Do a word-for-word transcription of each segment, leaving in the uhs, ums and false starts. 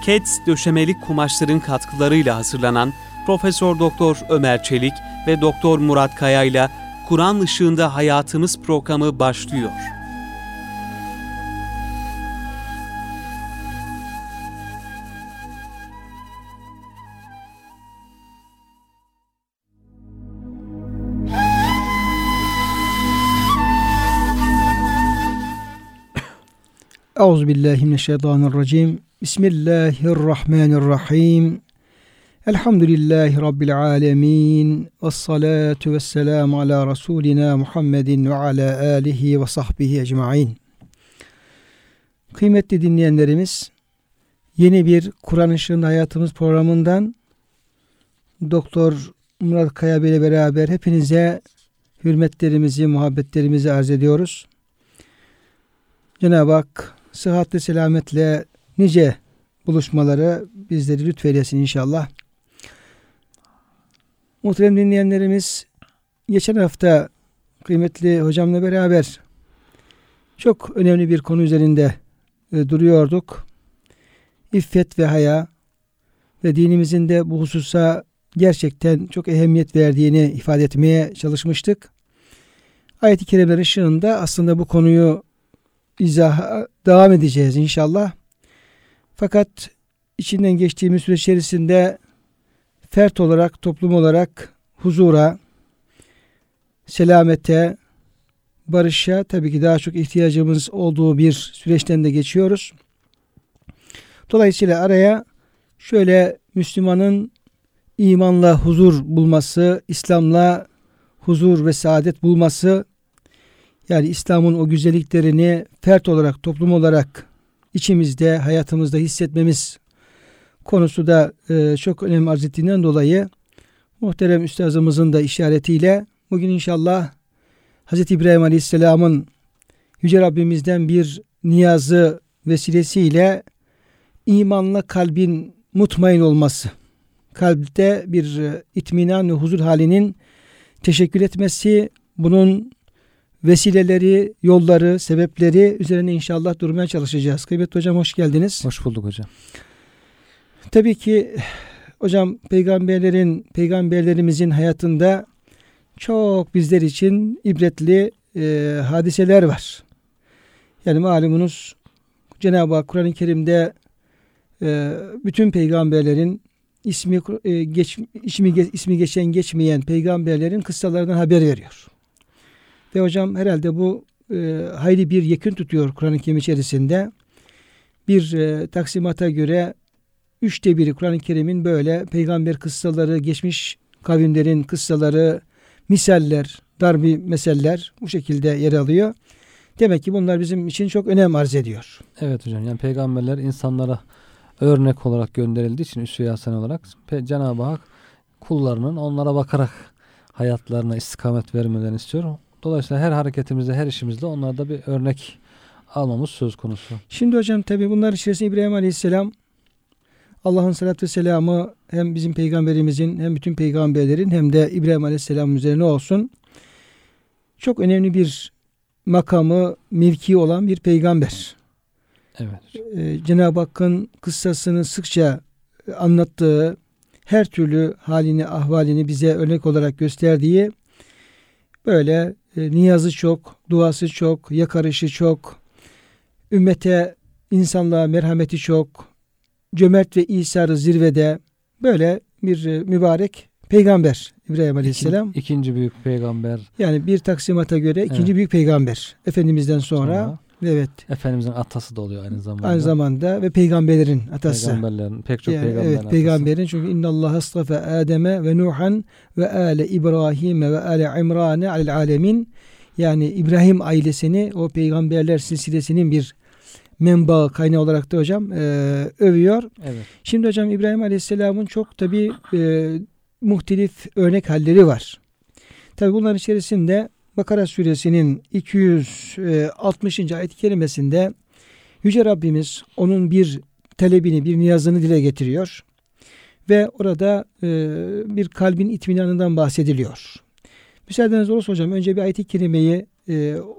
Keds döşemeli kumaşların katkılarıyla hazırlanan Profesör Doktor Ömer Çelik ve Doktor Murat Kaya ile Kur'an Işığında Hayatımız programı başlıyor. Euzubillahimineşşeytanirracim. Bismillahirrahmanirrahim. Elhamdülillahi Rabbil alemin. Vessalatu vesselamu ala Resulina Muhammedin ve ala alihi ve sahbihi ecmain. Kıymetli dinleyenlerimiz, yeni bir Kur'an Işığında Hayatımız programından Doktor Murat Kaya Bey ile beraber hepinize hürmetlerimizi, muhabbetlerimizi arz ediyoruz. Cenab-ı Hak sıhhatli selametle nice buluşmaları bizleri lütfeylesin inşallah. Muhterem dinleyenlerimiz, geçen hafta kıymetli hocamla beraber çok önemli bir konu üzerinde e, duruyorduk. İffet ve haya ve dinimizin de bu hususa gerçekten çok ehemmiyet verdiğini ifade etmeye çalışmıştık. Ayet-i kerimeler ışığında aslında bu konuyu izaha devam edeceğiz inşallah. Fakat içinden geçtiğimiz süreç içerisinde fert olarak, toplum olarak huzura, selamete, barışa tabii ki daha çok ihtiyacımız olduğu bir süreçten de geçiyoruz. Dolayısıyla araya şöyle Müslümanın imanla huzur bulması, İslam'la huzur ve saadet bulması, yani İslam'ın o güzelliklerini fert olarak, toplum olarak içimizde, hayatımızda hissetmemiz konusu da e, çok önem arz ettiğinden dolayı muhterem üstazımızın da işaretiyle bugün inşallah Hazreti İbrahim Aleyhisselam'ın Yüce Rabbimizden bir niyazı vesilesiyle imanla kalbin mutmain olması, kalpte bir itminan ve huzur halinin teşekkür etmesi, bunun vesileleri, yolları, sebepleri üzerine inşallah durmaya çalışacağız. Kıymetli hocam, hoş geldiniz. Hoş bulduk hocam. Tabii ki hocam peygamberlerin, peygamberlerimizin hayatında çok bizler için ibretli e, hadiseler var. Yani malumunuz Cenab-ı Hak Kur'an-ı Kerim'de e, bütün peygamberlerin ismi e, geç, ismi, ismi geçen geçmeyen peygamberlerin kıssalarından haber veriyor. Ve hocam herhalde bu e, hayli bir yekün tutuyor Kur'an-ı Kerim içerisinde. Bir e, taksimata göre üçte biri Kur'an-ı Kerim'in böyle peygamber kıssaları, geçmiş kavimlerin kıssaları, misaller, darbi meseller bu şekilde yer alıyor. Demek ki bunlar bizim için çok önem arz ediyor. Evet hocam, yani peygamberler insanlara örnek olarak gönderildiği için üsve-i hasene olarak Cenab-ı Hak kullarının onlara bakarak hayatlarına istikamet vermelerini istiyor. Dolayısıyla her hareketimizde, her işimizde onlarda bir örnek almamız söz konusu. Şimdi hocam tabi bunlar içerisinde İbrahim Aleyhisselam, Allah'ın salatü ve selamı hem bizim peygamberimizin hem bütün peygamberlerin hem de İbrahim Aleyhisselam'ın üzerine olsun. Çok önemli bir makamı, mevki olan bir peygamber. Evet. Ee, Cenab-ı Hakk'ın kıssasını sıkça anlattığı, her türlü halini, ahvalini bize örnek olarak gösterdiği, böyle e, niyazı çok, duası çok, yakarışı çok, ümmete, insanlığa merhameti çok, cömert ve İsa'rı zirvede, böyle bir e, mübarek peygamber İbrahim Aleyhisselam. İkinci, ikinci büyük peygamber. Yani bir taksimata göre ikinci evet. büyük peygamber. Efendimiz'den sonra, sonra evet. Efendimiz'in atası da oluyor aynı zamanda. Aynı zamanda ve peygamberlerin atası. Peygamberlerin, pek çok yani, peygamberin evet, atası. Peygamberin, çünkü innallaha astafa Adem'e ve Nuhan ve ale İbrahim'e ve ale İmran'e alel alemin. Yani İbrahim ailesini, o peygamberler silsilesinin bir menba kaynağı olarak da hocam e, övüyor. Evet. Şimdi hocam İbrahim Aleyhisselam'ın çok tabi e, muhtelif örnek halleri var. Tabi bunların içerisinde Bakara suresinin iki yüz altmışıncı ayet-i kerimesinde Yüce Rabbimiz onun bir talebini, bir niyazını dile getiriyor. Ve orada e, bir kalbin itminanından bahsediliyor. Müsaadeniz olursa hocam önce bir ayet-i kerimeyi e,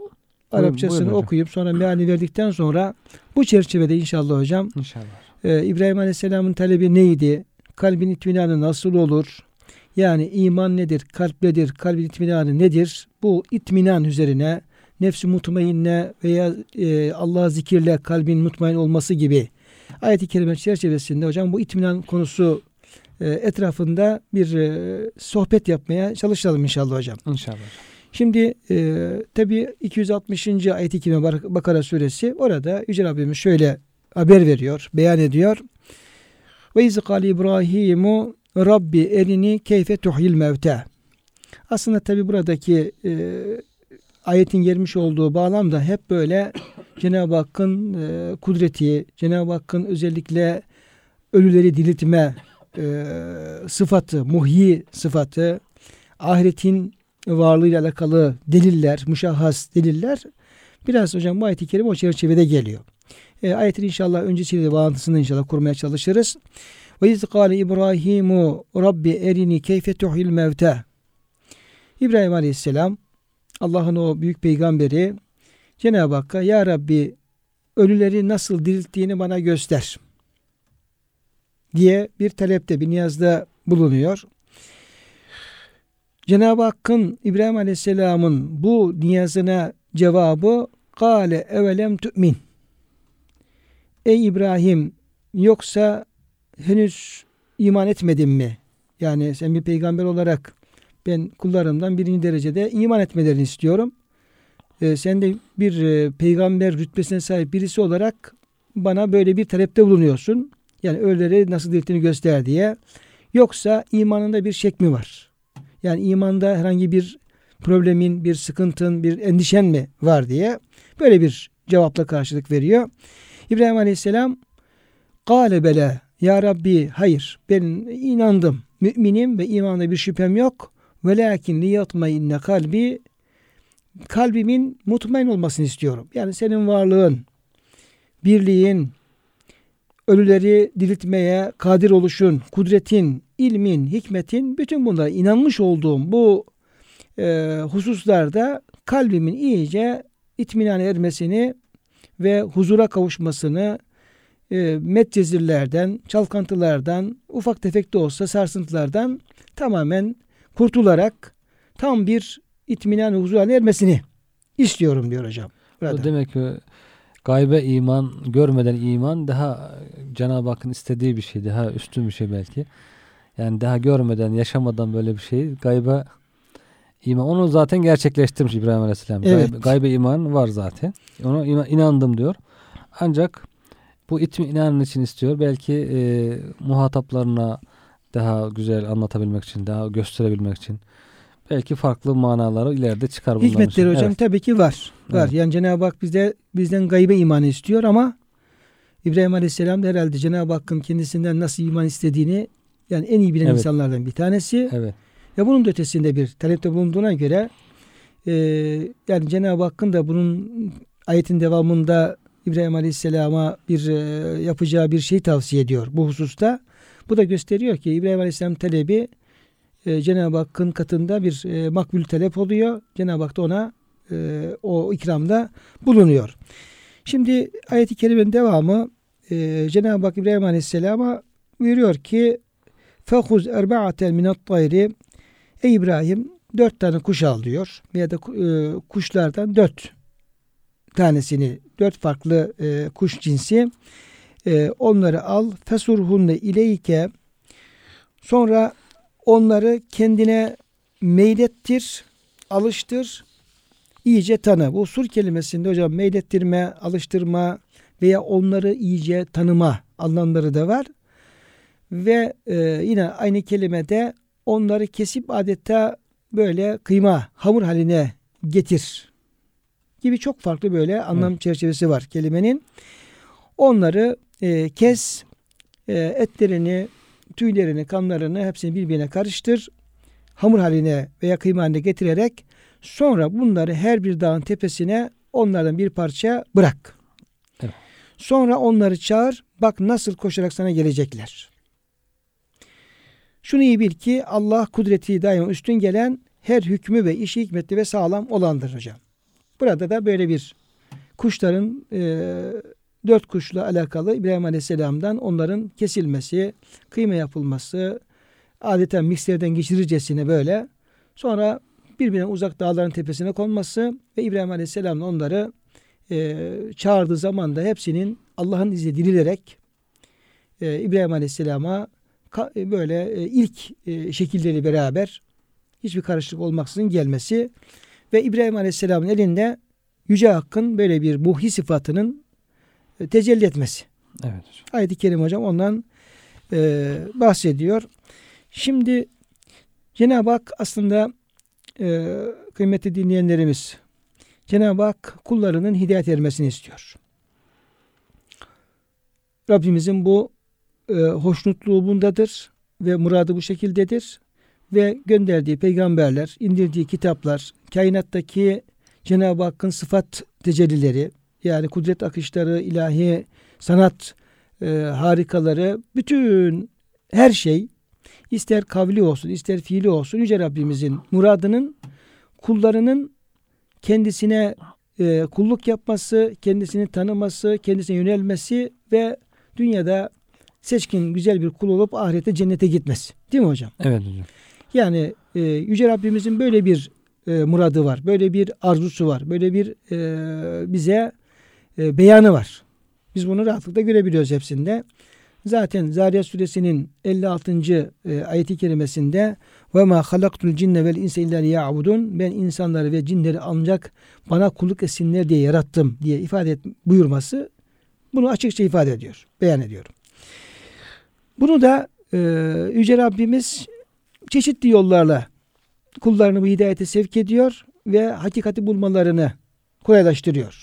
Arapçasını buyurun hocam. okuyup sonra meali verdikten sonra bu çerçevede inşallah hocam İnşallah. e, İbrahim Aleyhisselam'ın talebi neydi? Kalbin itminanı nasıl olur? Yani iman nedir? Kalp nedir? Kalbin itminanı nedir? Bu itminan üzerine nefs-i mutmainne veya e, Allah'a zikirle kalbin mutmain olması gibi ayet-i kerime çerçevesinde hocam bu itminan konusu e, etrafında bir e, sohbet yapmaya çalışalım inşallah hocam. İnşallah. Şimdi e, tabi iki yüz altmışıncı ayet-i kerime Bakara suresi, orada Yüce Rabbimiz şöyle haber veriyor, beyan ediyor. Ve iz kâle İbrahimu Rabbi erini keyfe tuhyil mevte. Aslında tabi buradaki e, ayetin gelmiş olduğu bağlamda hep böyle Cenab-ı Hakk'ın e, kudreti, Cenab-ı Hakk'ın özellikle ölüleri diriltme e, sıfatı, muhyi sıfatı, ahiretin varlığıyla alakalı deliller, müşahhas deliller biraz hocam bu ayet-i kerime o çerçevede geliyor. E, ayetin inşallah öncesiyle bağlantısını inşallah kurmaya çalışırız. Ve iz kâle İbrahimu Rabbi erini keyfe tuhyil mevte. İbrahim Aleyhisselam, Allah'ın o büyük peygamberi, Cenab-ı Hakk'a ya Rabbi ölüleri nasıl dirilttiğini bana göster diye bir talepte, bir niyazda bulunuyor. Cenab-ı Hakk'ın İbrahim Aleyhisselam'ın bu niyazına cevabı kâle evelem tu'min. Ey İbrahim, yoksa henüz iman etmedin mi? Yani sen bir peygamber olarak ben kullarımdan birinci derecede iman etmelerini istiyorum. Ee, sen de bir e, peygamber rütbesine sahip birisi olarak bana böyle bir talepte bulunuyorsun. Yani ölüleri nasıl dirilttiğini göster diye. Yoksa imanında bir şek mi var? Yani imanda herhangi bir problemin, bir sıkıntın, bir endişen mi var diye böyle bir cevapla karşılık veriyor. İbrahim Aleyhisselam "Kâle bele ya Rabbi, hayır, ben inandım, müminim ve imanda bir şüphem yok. Velakin liyatmainne kalbi, kalbimin mutmain olmasını istiyorum. Yani senin varlığın, birliğin, ölüleri diriltmeye kadir oluşun, kudretin, ilmin, hikmetin, bütün bunlara inanmış olduğum bu e, hususlarda kalbimin iyice itminane ermesini ve huzura kavuşmasını, e, metcezirlerden, çalkantılardan, ufak tefek de olsa sarsıntılardan tamamen kurtularak tam bir itminan ve huzura ermesini istiyorum diyor hocam. Burada. O demek ki gaybe iman, görmeden iman daha Cenab-ı Hakk'ın istediği bir şey, daha üstün bir şey belki. Yani daha görmeden, yaşamadan böyle bir şey gaybe iman. Onu zaten gerçekleştirmiş İbrahim Aleyhisselam. Evet. Gaybe, gaybe iman var zaten. Ona inan, inandım diyor. Ancak bu itminanın için istiyor. Belki e, muhataplarına daha güzel anlatabilmek için, daha gösterebilmek için. Belki farklı manaları ileride çıkar bunların Hikmetleri için. hocam Evet. tabii ki var. Var. Evet. Yani Cenab-ı Hak bizde bizden gaybe imanı istiyor ama İbrahim Aleyhisselam da herhalde Cenab-ı Hakk'ın kendisinden nasıl iman istediğini yani en iyi bilen Evet. insanlardan bir tanesi. Evet. Ve bunun da ötesinde bir talepte bulunduğuna göre e, yani Cenab-ı Hakk'ın da bunun ayetin devamında İbrahim Aleyhisselam'a bir e, yapacağı bir şey tavsiye ediyor bu hususta. Bu da gösteriyor ki İbrahim Aleyhisselam talebi e, Cenab-ı Hakk'ın katında bir e, makbul talep oluyor. Cenab-ı Hak da ona e, o ikramda bulunuyor. Şimdi ayet-i kerimenin devamı e, Cenab-ı Hak İbrahim Aleyhisselam'a buyuruyor ki فَخُزْ اَرْبَعَةً مِنَ الطَّيْرِ Ey İbrahim, dört tane kuş al diyor. Ya da e, kuşlardan dört tanesini, dört farklı e, kuş cinsi e, onları al. فَسُرْهُنَّ ileyke Sonra onları kendine meylettir, alıştır, iyice tanı. Bu sur kelimesinde hocam meylettirme, alıştırma veya onları iyice tanıma anlamları da var. Ve e, yine aynı kelimede onları kesip adeta böyle kıyma, hamur haline getir gibi çok farklı böyle anlam evet. çerçevesi var kelimenin. Onları e, kes, e, etlerini, tüylerini, kanlarını hepsini birbirine karıştır. Hamur haline veya kıyma haline getirerek sonra bunları her bir dağın tepesine onlardan bir parça bırak. Evet. Sonra onları çağır, bak nasıl koşarak sana gelecekler. Şunu iyi bil ki Allah kudreti daima üstün gelen, her hükmü ve işi hikmetli ve sağlam olandır hocam. Burada da böyle bir kuşların e, dört kuşla alakalı İbrahim Aleyhisselam'dan onların kesilmesi, kıyma yapılması, adeta mikserden geçirircesine böyle sonra birbirine uzak dağların tepesine konması ve İbrahim Aleyhisselam onları e, çağırdığı zaman da hepsinin Allah'ın izni dililerek e, İbrahim Aleyhisselam'a ka, e, böyle e, ilk e, şekilleri beraber hiçbir karışıklık olmaksızın gelmesi ve İbrahim Aleyhisselam'ın elinde Yüce Hakk'ın böyle bir muhyi sıfatının e, tecelli etmesi. Evet hocam. Ayet-i Kerime hocam ondan e, bahsediyor. Şimdi Cenab-ı Hak aslında e, kıymetli dinleyenlerimiz, Cenab-ı Hak kullarının hidayet ermesini istiyor. Rabbimizin bu e, hoşnutluğu bundadır ve muradı bu şekildedir. Ve gönderdiği peygamberler, indirdiği kitaplar, kainattaki Cenab-ı Hakk'ın sıfat tecellileri, yani kudret akışları, ilahi sanat e, harikaları, bütün her şey ister kavli olsun, ister fiili olsun Yüce Rabbimizin muradının kullarının kendisine e, kulluk yapması, kendisini tanıması, kendisine yönelmesi ve dünyada seçkin güzel bir kul olup ahirette cennete gitmesi. Değil mi hocam? Evet hocam. Yani e, Yüce Rabbimizin böyle bir e, muradı var. Böyle bir arzusu var. Böyle bir e, bize e, beyanı var. Biz bunu rahatlıkla görebiliyoruz hepsinde. Zaten Zariyat suresinin elli altıncı E, ayeti kerimesinde ve ma halaktul cinne vel insa illa liya'budun, ben insanları ve cinleri ancak bana kulluk etsinler diye yarattım diye ifade et, buyurması bunu açıkça ifade ediyor. Beyan ediyor. Bunu da e, Yüce Rabbimiz çeşitli yollarla kullarını bu hidayete sevk ediyor ve hakikati bulmalarını kolaylaştırıyor.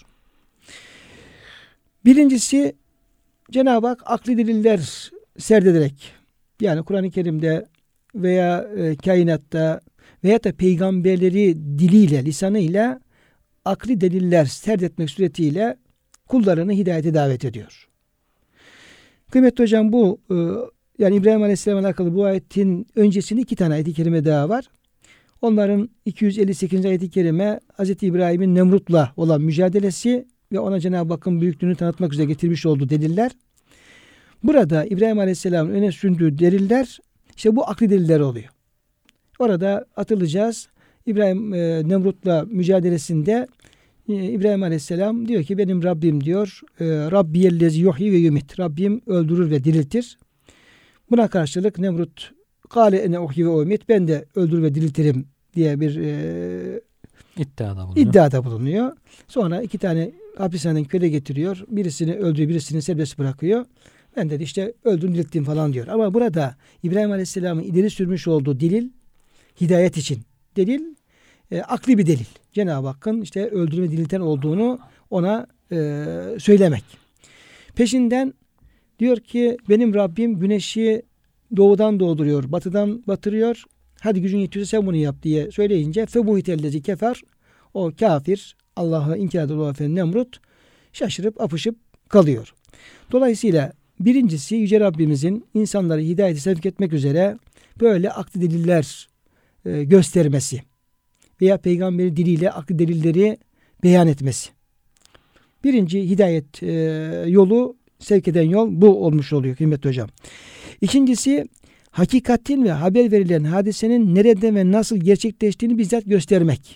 Birincisi Cenab-ı Hak akli deliller serdederek, yani Kur'an-ı Kerim'de veya e, kainatta veya da peygamberleri diliyle, lisanıyla akli deliller serdetmek suretiyle kullarını hidayete davet ediyor. Kıymetli hocam, bu e, yani İbrahim Aleyhisselam'la alakalı bu ayetin öncesinde iki tane ayet-i kerime daha var. Onların iki yüz elli sekizinci ayet-i kerime Hazreti İbrahim'in Nemrut'la olan mücadelesi ve ona Cenab-ı Hakk'ın büyüklüğünü tanıtmak üzere getirmiş olduğu deliller. Burada İbrahim Aleyhisselam'ın öne sürdüğü deliller işte bu akli deliller oluyor. Orada atılacağız. İbrahim e, Nemrut'la mücadelesinde e, İbrahim Aleyhisselam diyor ki benim Rabbim diyor e, Rabbiyellezi yuhyi ve yumit. Rabbim öldürür ve diriltir. Buna karşılık Nemrut kâle ene uhyi ve umit, ben de öldürür ve diriltirim diye bir e, iddiada bulunuyor. iddiada bulunuyor. Sonra iki tane hapishaneden köle getiriyor. Birisini öldürüyor, birisini serbest bırakıyor. Ben de işte öldüm dirilttim falan diyor. Ama burada İbrahim Aleyhisselam'ın ileri sürmüş olduğu delil hidayet için. Delil e, akli bir delil. Cenab-ı Hakk'ın işte öldürme dirilten olduğunu ona e, söylemek. Peşinden diyor ki benim Rabbim güneşi doğudan doğduruyor, batıdan batırıyor. Hadi gücün yetiyorsa sen bunu yap diye söyleyince febuhitellezi kefer, o kafir, Allah'ı inkar eden Nemrut şaşırıp apışıp kalıyor. Dolayısıyla birincisi Yüce Rabbimizin insanları hidayete sevk etmek üzere böyle akli deliller e, göstermesi veya peygamberi diliyle akli delilleri beyan etmesi. Birinci hidayet e, yolu, sevk eden yol bu olmuş oluyor kıymetli hocam. İkincisi hakikatin ve haber verilen hadisenin nerede ve nasıl gerçekleştiğini bizzat göstermek.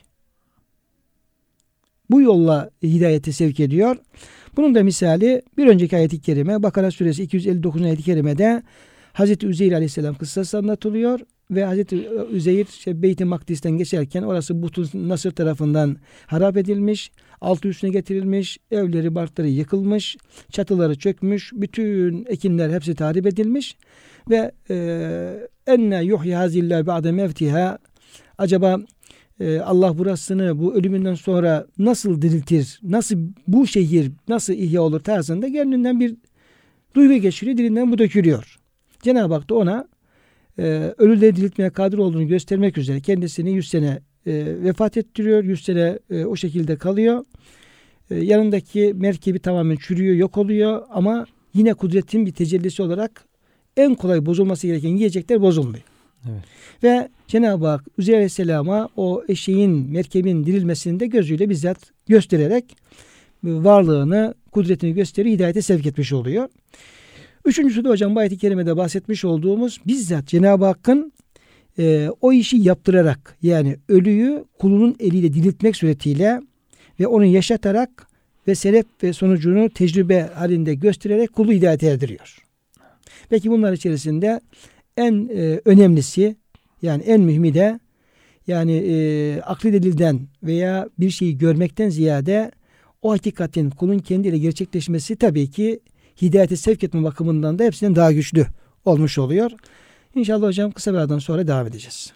Bu yolla hidayete sevk ediyor. Bunun da misali bir önceki ayet-i kerime Bakara suresi iki yüz elli dokuzuncu ayet-i kerimede Hazreti Üzeyr aleyhisselam kıssası anlatılıyor ve Hazreti Üzeyr işte Beyt-i Makdis'ten geçerken orası Buhtun Nasır tarafından harap edilmiş, altı üstüne getirilmiş, evleri barkları yıkılmış, çatıları çökmüş, bütün ekinler hepsi tahrip edilmiş ve enne yuhyi hazillah ba'de mevtiha, acaba e, Allah burasını bu ölümünden sonra nasıl diriltir, nasıl bu şehir nasıl ihya olur tarzında kendinden bir duygu geçiriyor, dilinden bu dökülüyor. Cenab-ı Hak da ona e, ölüleri diriltmeye kadir olduğunu göstermek üzere kendisini yüz sene e, vefat ettiriyor, yüz sene e, o şekilde kalıyor. E, yanındaki merkebi tamamen çürüyor, yok oluyor ama yine kudretin bir tecellisi olarak en kolay bozulması gereken yiyecekler bozulmuyor. Evet. Ve Cenab-ı Hak Üzeyr Aleyhisselam'a o eşeğin, merkebin dirilmesini de gözüyle bizzat göstererek varlığını, kudretini gösteriyor, hidayete sevk etmiş oluyor. Üçüncüsü de hocam bu ayet-i kerimede bahsetmiş olduğumuz bizzat Cenab-ı Hakk'ın e, o işi yaptırarak, yani ölüyü kulunun eliyle diriltmek suretiyle ve onu yaşatarak ve sebep ve sonucunu tecrübe halinde göstererek kulu hidayete erdiriyor. Peki bunlar içerisinde en e, önemlisi, yani en mühimi de yani e, akli delilden veya bir şeyi görmekten ziyade o hakikatin kulun kendiyle gerçekleşmesi tabii ki hidayete sevk etme bakımından da hepsinden daha güçlü olmuş oluyor. İnşallah hocam kısa bir aradan sonra devam edeceğiz.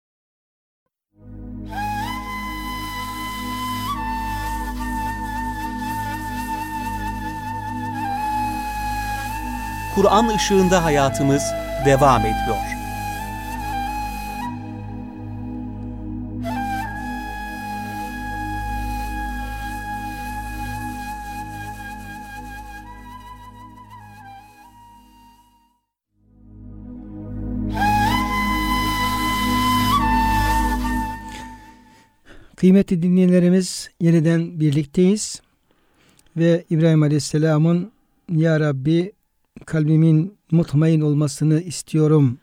Kur'an ışığında hayatımız devam ediyor. Kıymetli dinleyenlerimiz, yeniden birlikteyiz ve İbrahim Aleyhisselam'ın Ya Rabbi kalbimin mutmain olmasını istiyorum,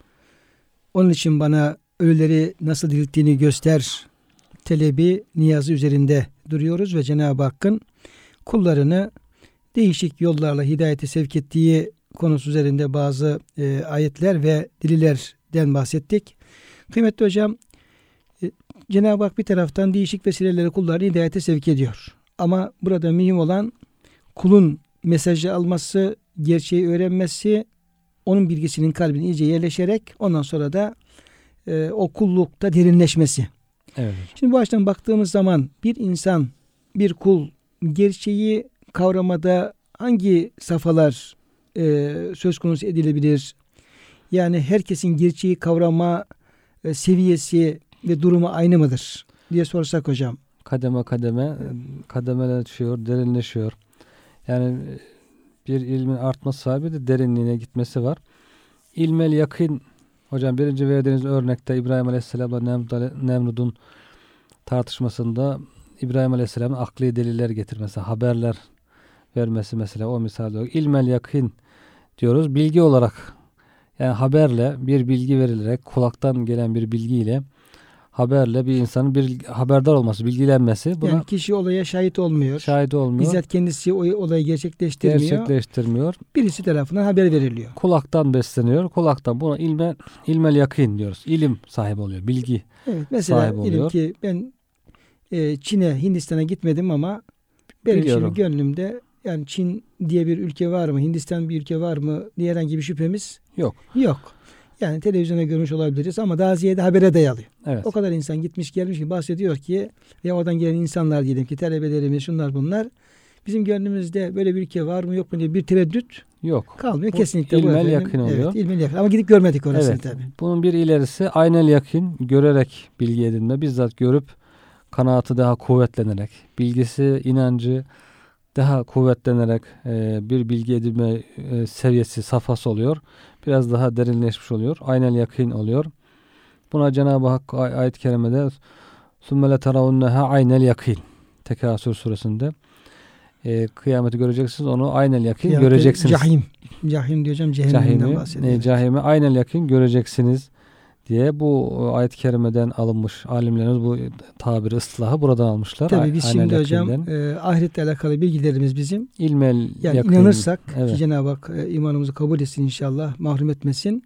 onun için bana ölüleri nasıl dirilttiğini göster talebi, niyazı üzerinde duruyoruz ve Cenab-ı Hakk'ın kullarını değişik yollarla hidayete sevk ettiği konusu üzerinde bazı e, ayetler ve delillerden bahsettik. Kıymetli hocam, e, Cenab-ı Hak bir taraftan değişik vesileleri kullarını hidayete sevk ediyor. Ama burada mühim olan kulun mesajı alması, gerçeği öğrenmesi, onun bilgisinin kalbine iyice yerleşerek ondan sonra da e, o kullukta derinleşmesi. Evet. Şimdi bu açıdan baktığımız zaman bir insan, bir kul gerçeği kavramada hangi safhalar e, söz konusu edilebilir? Yani herkesin gerçeği kavrama e, seviyesi ve durumu aynı mıdır diye sorsak hocam. Kademe kademe kademeleşiyor, derinleşiyor. Yani bir ilmin artması var, bir de derinliğine gitmesi var. İlmel yakın, hocam birinci verdiğiniz örnekte İbrahim Aleyhisselam'la Nemrud'un tartışmasında İbrahim Aleyhisselam'ın akli deliller getirmesi, haberler vermesi mesela, o misal yok. İlmel yakın diyoruz. Bilgi olarak, yani haberle, bir bilgi verilerek, kulaktan gelen bir bilgiyle, haberle bir insanın bir haberdar olması, bilgilenmesi. Buna Yani kişi olaya şahit olmuyor. Şahit olmuyor. Bizzat kendisi o olayı gerçekleştirmiyor. Gerçekleştirmiyor. Birisi tarafından haber veriliyor. Kulaktan besleniyor. Kulaktan, buna ilme, ilmel yakın diyoruz. İlim sahibi oluyor. Bilgi evet, mesela sahibi oluyor. ki ben e, Çin'e, Hindistan'a gitmedim ama benim Biliyorum. şimdi gönlümde yani Çin diye bir ülke var mı, Hindistan bir ülke var mı diye herhangi bir şüphemiz yok. Yok. Yani televizyona görmüş olabiliriz ama daha ziyade habere dayalı. Evet. O kadar insan gitmiş gelmiş ki bahsediyor ki ya oradan gelen insanlar diyelim ki talebelerimiz şunlar bunlar. Bizim gönlümüzde böyle bir ülke var mı yok mu diye bir tereddüt yok. kalmıyor. Bu Kesinlikle ilmel bu efendim, yakın oluyor. Evet, ilmel yakın. Ama gidip görmedik orasını Evet. tabii. Bunun bir ilerisi aynel yakın, görerek bilgi edinme. Bizzat görüp kanaatı daha kuvvetlenerek, bilgisi, inancı daha kuvvetlenerek e, bir bilgi edinme e, seviyesi, safhası oluyor. Biraz daha derinleşmiş oluyor. Aynel yakın oluyor. Buna Cenab-ı Hak ay- ayet-i kerimede ثُمَّ لَتَرَوُنَّهَا aynel yakın, Tekasür suresinde e, kıyameti göreceksiniz, onu aynel yakın Kıyamette göreceksiniz. Cahim. Cahim diyeceğim, cehennemden Cahimi, bahsediyor. e, cahimi aynel yakın göreceksiniz diye bu ayet-i kerimeden alınmış. Alimlerimiz bu tabiri, ıslahı buradan almışlar. Tabii biz Aynel şimdi hocam yakından. e, ahiretle alakalı bilgilerimiz bizim. İlmel Yani yakın. inanırsak Evet. ki Cenab-ı Hak e, imanımızı kabul etsin inşallah, mahrum etmesin.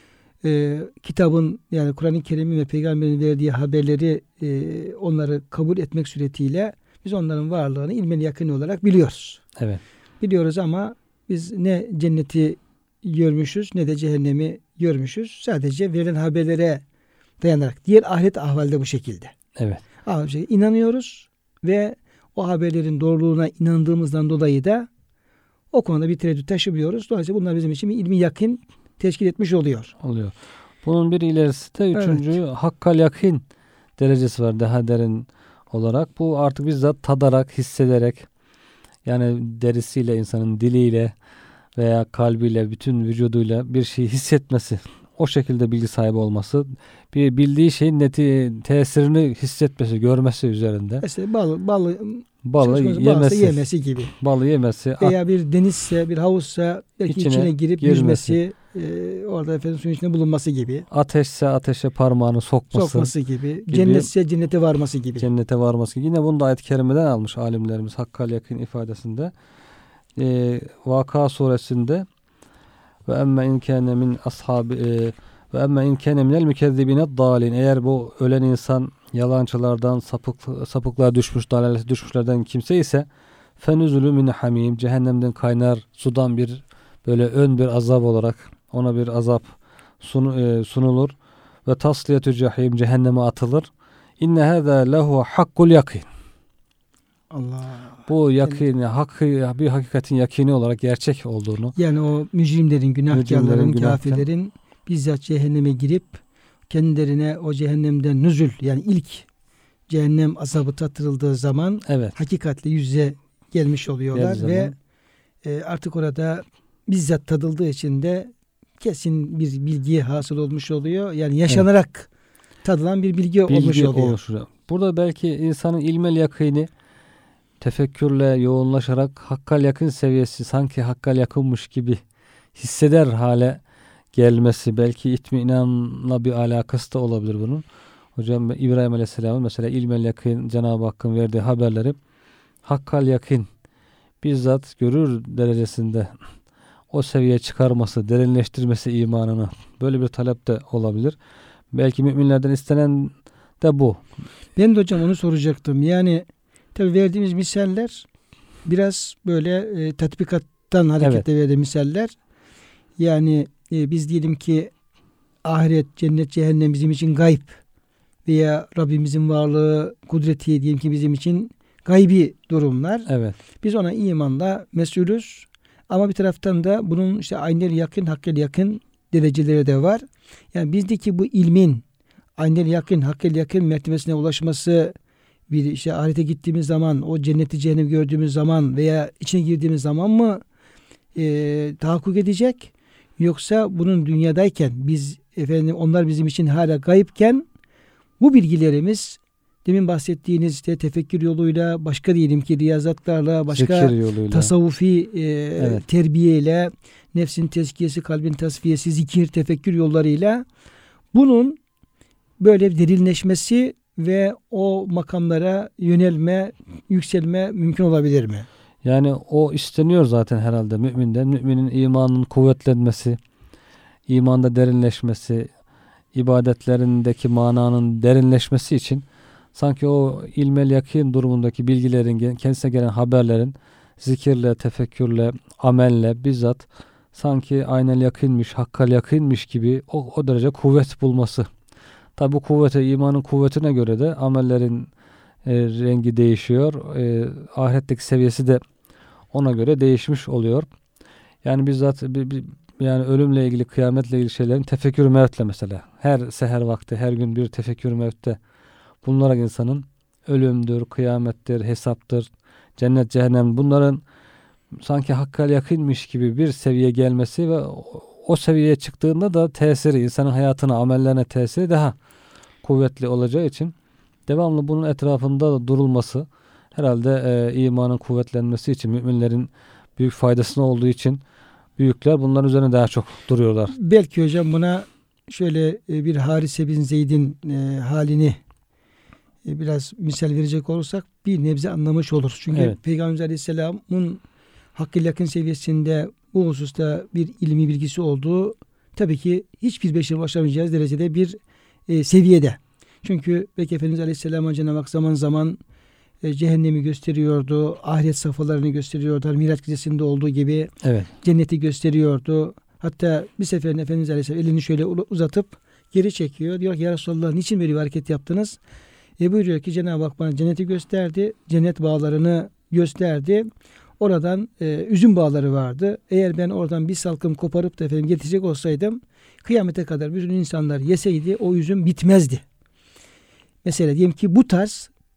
E, kitabın yani Kur'an-ı Kerim'in ve Peygamber'in verdiği haberleri e, onları kabul etmek suretiyle biz onların varlığını ilmel yakın olarak biliyoruz. Evet. Biliyoruz ama biz ne cenneti görmüşüz ne de cehennemi görmüşüz. Sadece verilen haberlere dayanarak. Diğer ahiret ahvalde bu şekilde. Evet. Ama şey, inanıyoruz ve o haberlerin doğruluğuna inandığımızdan dolayı da o konuda bir tereddüt taşımıyoruz. Dolayısıyla bunlar bizim için bir ilmi yakın teşkil etmiş oluyor. Oluyor. Bunun bir ilerisi de üçüncü evet. hakkal yakın derecesi var, daha derin olarak. Bu artık bizzat tadarak, hissederek, yani derisiyle, insanın diliyle veya kalbiyle, bütün vücuduyla bir şeyi hissetmesi. o şekilde bilgi sahibi olması, bir bildiği şeyin neti, tesirini hissetmesi, görmesi üzerinde. Mesela bal, bal, Balı yemesi, yemesi gibi. Balı yemesi. Veya bir denizse, bir havuzsa belki içine, içine girip girmesi, yüzmesi, e, orada efendim suyun içinde bulunması gibi. Ateşse ateşe parmağını sokması. Sokması gibi. gibi. Cennetse cennete varması gibi. Cennete varması gibi. Yine bunu da ayet-i kerimeden almış alimlerimiz hakkal yakın ifadesinde. E, Vaka suresinde ve emme inkâne min ashabi e, ve emme inkâne minel mükezzibine dâlin. Eğer bu ölen insan yalancılardan, sapık, sapıklığa düşmüş, dalalete düşmüşlerden kimse ise fenüzülü min hamim, cehennemden kaynar sudan bir böyle ön bir azap olarak ona bir azap sun, e, sunulur ve tasliyetü cehim, cehenneme atılır. İnne hâzâ lehu hakkul yakin. Allah. Bu yakini, hakkı, bir hakikatin yakini olarak gerçek olduğunu. Yani o mücrimlerin, günahkarların, mücrimlerin, kafirlerin bizzat cehenneme girip kendilerine o cehennemden nüzül, yani ilk cehennem azabı tattırıldığı zaman evet. hakikatle yüze gelmiş oluyorlar Geldiği ve e, artık orada bizzat tadıldığı için de kesin bir bilgiye hasıl olmuş oluyor. Yani yaşanarak evet. tadılan bir bilgi, bilgi olmuş oluyor. Oluşuyor. Burada belki insanın ilmel yakini tefekkürle yoğunlaşarak hakkal yakın seviyesi, sanki hakkal yakınmış gibi hisseder hale gelmesi, belki itminanla bir alakası da olabilir bunun. Hocam İbrahim Aleyhisselam'ın mesela ilmel yakın, Cenab-ı Hakk'ın verdiği haberleri hakkal yakın bizzat görür derecesinde o seviyeye çıkarması, derinleştirmesi imanını, böyle bir talep de olabilir. Belki müminlerden istenen de bu. Ben de hocam onu soracaktım. Yani tabii verdiğimiz misaller biraz böyle e, tatbikattan hareketle evet. verdiğimiz misaller. Yani e, biz diyelim ki ahiret, cennet, cehennem bizim için gayb veya Rabbimizin varlığı, kudreti diyelim ki bizim için gaybi durumlar. Evet. Biz ona imanla mesulüz. Ama bir taraftan da bunun işte aynel yakın, hakkel yakın dereceleri de var. Yani bizdeki bu ilmin aynel yakın, hakkel yakın mertebesine ulaşması, bir işte ahirete gittiğimiz zaman, o cenneti cehennemi gördüğümüz zaman veya içine girdiğimiz zaman mı e, tahakkuk edecek? Yoksa bunun dünyadayken biz efendim onlar bizim için hala gayipken bu bilgilerimiz demin bahsettiğiniz işte tefekkür yoluyla, başka diyelim ki riyazatlarla, başka tasavvufi e, evet. terbiyeyle, nefsin tezkiyesi, kalbin tasfiyesi, zikir, tefekkür yollarıyla bunun böyle derinleşmesi ve o makamlara yönelme, yükselme mümkün olabilir mi? Yani o isteniyor zaten herhalde müminden. Müminin imanının kuvvetlenmesi, imanda derinleşmesi, ibadetlerindeki mananın derinleşmesi için sanki o ilmel yakin durumundaki bilgilerin, kendisine gelen haberlerin zikirle, tefekkürle, amelle bizzat sanki aynel yakinmiş, hakkal yakinmiş gibi o, o derece kuvvet bulması. Tabi bu kuvvete, imanın kuvvetine göre de amellerin e, rengi değişiyor. E, ahiretteki seviyesi de ona göre değişmiş oluyor. Yani bizzat bir, bir, yani ölümle ilgili, kıyametle ilgili şeylerin tefekkür-ü mevtle mesela. Her seher vakti, her gün bir tefekkür-ü mevtte bulunarak insanın ölümdür, kıyamettir, hesaptır, cennet, cehennem, bunların sanki hakkal yakınmış gibi bir seviyeye gelmesi ve o seviyeye çıktığında da tesiri, insanın hayatına, amellerine tesiri daha kuvvetli olacağı için devamlı bunun etrafında da durulması herhalde e, imanın kuvvetlenmesi için, müminlerin büyük faydasına olduğu için büyükler bunların üzerine daha çok duruyorlar. Belki hocam buna şöyle e, bir Harise bin Zeyd'in e, halini e, biraz misal verecek olursak bir nebze anlamış olur. Çünkü evet. Peygamber Aleyhisselam'ın hakkı yakın seviyesinde bu hususta bir ilmi bilgisi olduğu tabii ki hiçbir beşer ulaşamayacağı derecede bir e, seviyede. Çünkü belki Efendimiz Aleyhisselam'a Cenab-ı Hak zaman zaman e, cehennemi gösteriyordu, ahiret safhalarını gösteriyordu. Miraç gecesinde olduğu gibi evet. cenneti gösteriyordu. Hatta bir seferinde Efendimiz Aleyhisselam elini şöyle uzatıp geri çekiyor. Diyor ki ya Resulallah niçin böyle bir hareket yaptınız? E buyuruyor ki Cenab-ı Hak bana cenneti gösterdi, cennet bağlarını gösterdi. Oradan e, üzüm bağları vardı. Eğer ben oradan bir salkım koparıp da efendim getirecek olsaydım kıyamete kadar bütün insanlar yeseydi o üzüm bitmezdi. Mesela diyelim ki bu tarz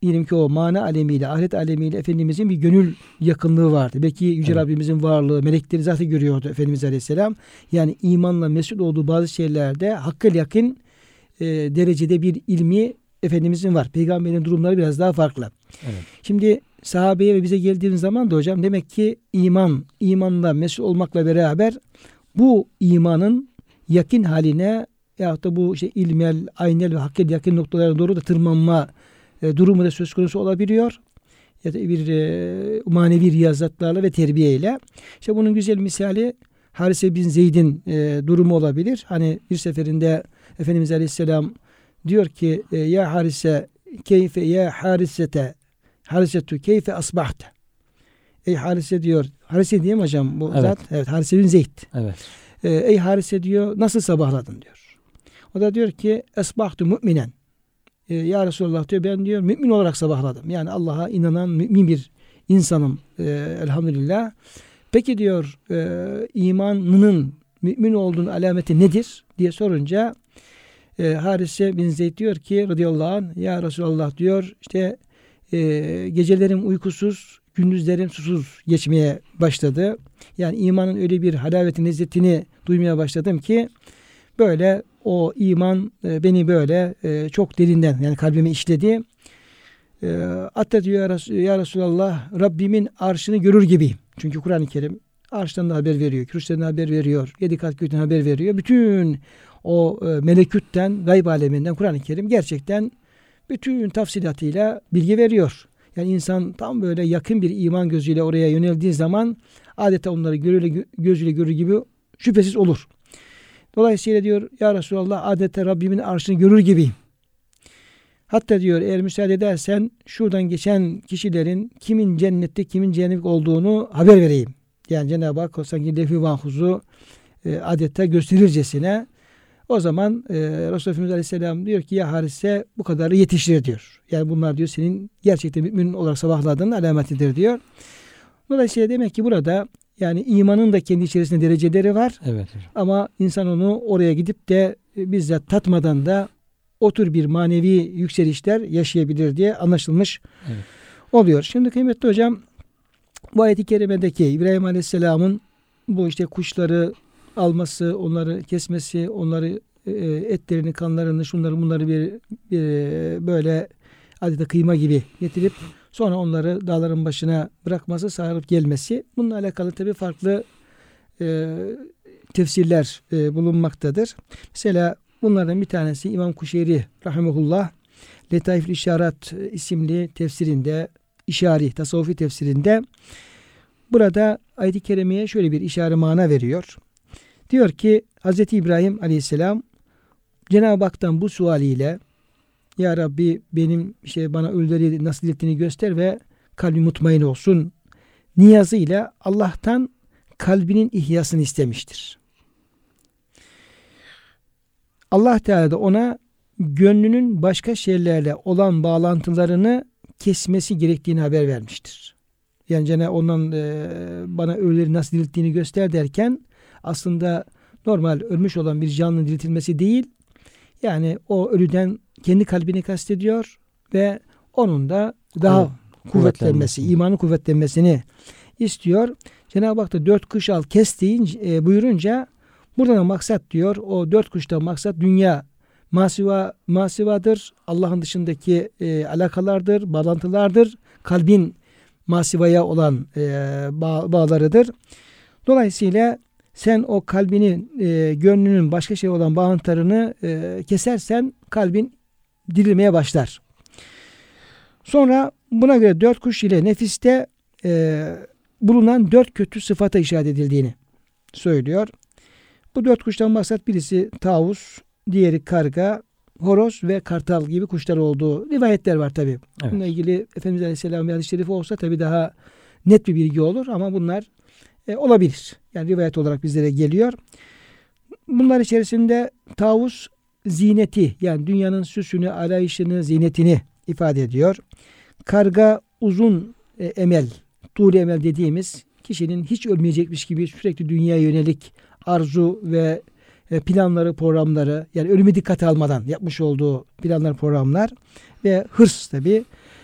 diyelim ki o mana alemiyle, ahiret alemiyle Efendimizin bir gönül yakınlığı vardı. Belki Yüce Evet. Rabbimizin varlığı, melekleri zaten görüyordu Efendimiz Aleyhisselam. Yani imanla mesul olduğu bazı şeylerde hakka yakın e, derecede bir ilmi Efendimizin var. Peygamberin durumları biraz daha farklı. Evet. Şimdi sahabeye ve bize geldiğimiz zaman da hocam demek ki iman, imanla mesul olmakla beraber bu imanın yakın haline yahut da bu işte ilmel, aynel ve hakkel yakın noktalara doğru da tırmanma e, durumu da söz konusu olabiliyor. Ya da bir e, manevi riyazatlarla ve terbiyeyle. İşte bunun güzel misali Harise bin Zeyd'in e, durumu olabilir. Hani bir seferinde Efendimiz Aleyhisselam diyor ki e, ya Harise keyfe ya Harisete Harisetu keyfe asbahte. Ey Harise diyor. Harise diye mi hocam bu Evet. zat? Evet. Harise bin Zeyd. Evet. E, ey Harise diyor nasıl sabahladın diyor. O da diyor ki esbahtu müminen. E, ya Resulallah diyor ben diyor mümin olarak sabahladım. Yani Allah'a inanan mümin bir insanım e, elhamdülillah. Peki diyor e, imanının mümin olduğunun alameti nedir diye sorunca e, Harise bin Zeyd diyor ki radıyallahu anh ya Resulallah diyor işte e, gecelerim uykusuz gündüzlerim susuz geçmeye başladı. Yani imanın öyle bir halaveti lezzetini duymaya başladım ki böyle o iman e, beni böyle e, çok derinden yani kalbime işledi. E, hatta diyor ya, Resul, ya Resulallah Rabbimin arşını görür gibiyim. Çünkü Kur'an-ı Kerim arştan da haber veriyor, kürşten de haber veriyor, yedi kat gökten haber veriyor. Bütün o e, melekütten, gayb aleminden Kur'an-ı Kerim gerçekten bütün tafsilatıyla bilgi veriyor. Yani insan tam böyle yakın bir iman gözüyle oraya yöneldiği zaman adeta onları gözüyle, gözüyle görür gibi şüphesiz olur. Dolayısıyla diyor ya Resulallah adeta Rabbimin arşını görür gibiyim. Hatta diyor eğer müsaade edersen şuradan geçen kişilerin kimin cennette kimin cehennemlik olduğunu haber vereyim. Yani Cenab-ı Hak sanki lef-i mahfuzu e, adeta gösterircesine o zaman e, Resulullah Aleyhisselam diyor ki ya Harise bu kadarı yetiştir diyor. Yani bunlar diyor senin gerçekten mümin olarak sabahladığın alametidir diyor. Dolayısıyla demek ki burada yani imanın da kendi içerisinde dereceleri var. Evet. Ama insan onu oraya gidip de e, bizzat tatmadan da o tür bir manevi yükselişler yaşayabilir diye anlaşılmış Evet. oluyor. Şimdi kıymetli hocam bu ayet-i kerimedeki İbrahim Aleyhisselam'ın bu işte kuşları alması, onları kesmesi, onları e, etlerini, kanlarını, şunları bunları bir, bir böyle adeta kıyma gibi getirip sonra onları dağların başına bırakması, sağırıp gelmesi. Bununla alakalı tabii farklı e, tefsirler e, bulunmaktadır. Mesela bunlardan bir tanesi İmam Kuşeyri rahimehullah Letaif-ül İşarat isimli tefsirinde, işari, tasavvufi tefsirinde burada ayet-i kerimeye şöyle bir işare mana veriyor. Diyor ki Hz. İbrahim Aleyhisselam Cenab-ı Hak'tan bu sualiyle ya Rabbi benim şey bana ölüleri nasıl dirilttiğini göster ve kalbim mutmain olsun niyazıyla Allah'tan kalbinin ihyasını istemiştir. Allah Teala da ona gönlünün başka şeylerle olan bağlantılarını kesmesi gerektiğini haber vermiştir. Yani Cenab-ı ondan e, bana ölüleri nasıl dirilttiğini göster derken aslında normal ölmüş olan bir canlının diriltilmesi değil, yani o ölüden kendi kalbini kastediyor ve onun da daha Kuvvet, kuvvetlenmesi, imanın kuvvetlenmesini istiyor. Cenab-ı Hak da dört kuş al kes deyince, e, buyurunca buradan maksat diyor, o dört kuştan maksat dünya masiva, masivadır, Allah'ın dışındaki e, alakalardır, bağlantılardır, kalbin masivaya olan e, bağ, bağlarıdır. Dolayısıyla sen o kalbinin, e, gönlünün başka şey olan bağlantılarını e, kesersen kalbin dirilmeye başlar. Sonra buna göre dört kuş ile nefiste e, bulunan dört kötü sıfata işaret edildiğini söylüyor. Bu dört kuştan maksat birisi tavus, diğeri karga, horoz ve kartal gibi kuşlar olduğu rivayetler var tabi. Evet. Bununla ilgili Efendimiz Aleyhisselam bir hadis-i şerifi olsa tabi daha net bir bilgi olur ama bunlar e, olabilir. Yani rivayet olarak bizlere geliyor. Bunlar içerisinde tavus zineti yani dünyanın süsünü, arayışını, zinetini ifade ediyor. Karga uzun e, emel, tuğlu emel dediğimiz kişinin hiç ölmeyecekmiş gibi sürekli dünyaya yönelik arzu ve e, planları, programları yani ölümü dikkate almadan yapmış olduğu planlar, programlar ve hırs tabi.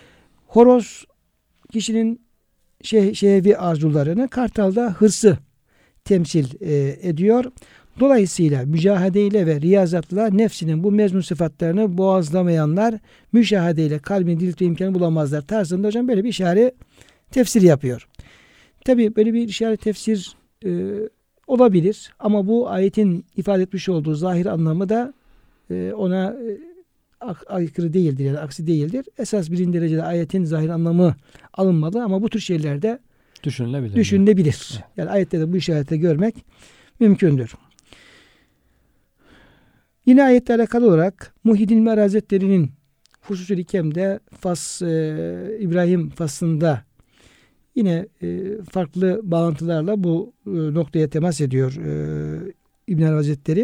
horoz kişinin şey, şehvi arzularını, kartal da hırsı temsil e, ediyor. Dolayısıyla mücahedeyle ve riyazatla nefsinin bu mezmun sıfatlarını boğazlamayanlar müşahedeyle kalbini diriltme imkanı bulamazlar tarzında hocam böyle bir işaret tefsir yapıyor. Tabi böyle bir işaret tefsir e, olabilir ama bu ayetin ifade etmiş olduğu zahir anlamı da e, ona e, aykırı değildir, yani aksi değildir. Esas birinci derecede ayetin zahir anlamı alınmalı ama bu tür şeylerde düşünülebilir. düşünülebilir. Evet. Yani ayette de bu işareti görmek mümkündür. Yine ayetle alakalı olarak Muhyiddin Meal Hazretleri'nin Fusus-ül Hikem'de Fas, e, İbrahim faslında yine e, farklı bağlantılarla bu e, noktaya temas ediyor e, İbn Hazretleri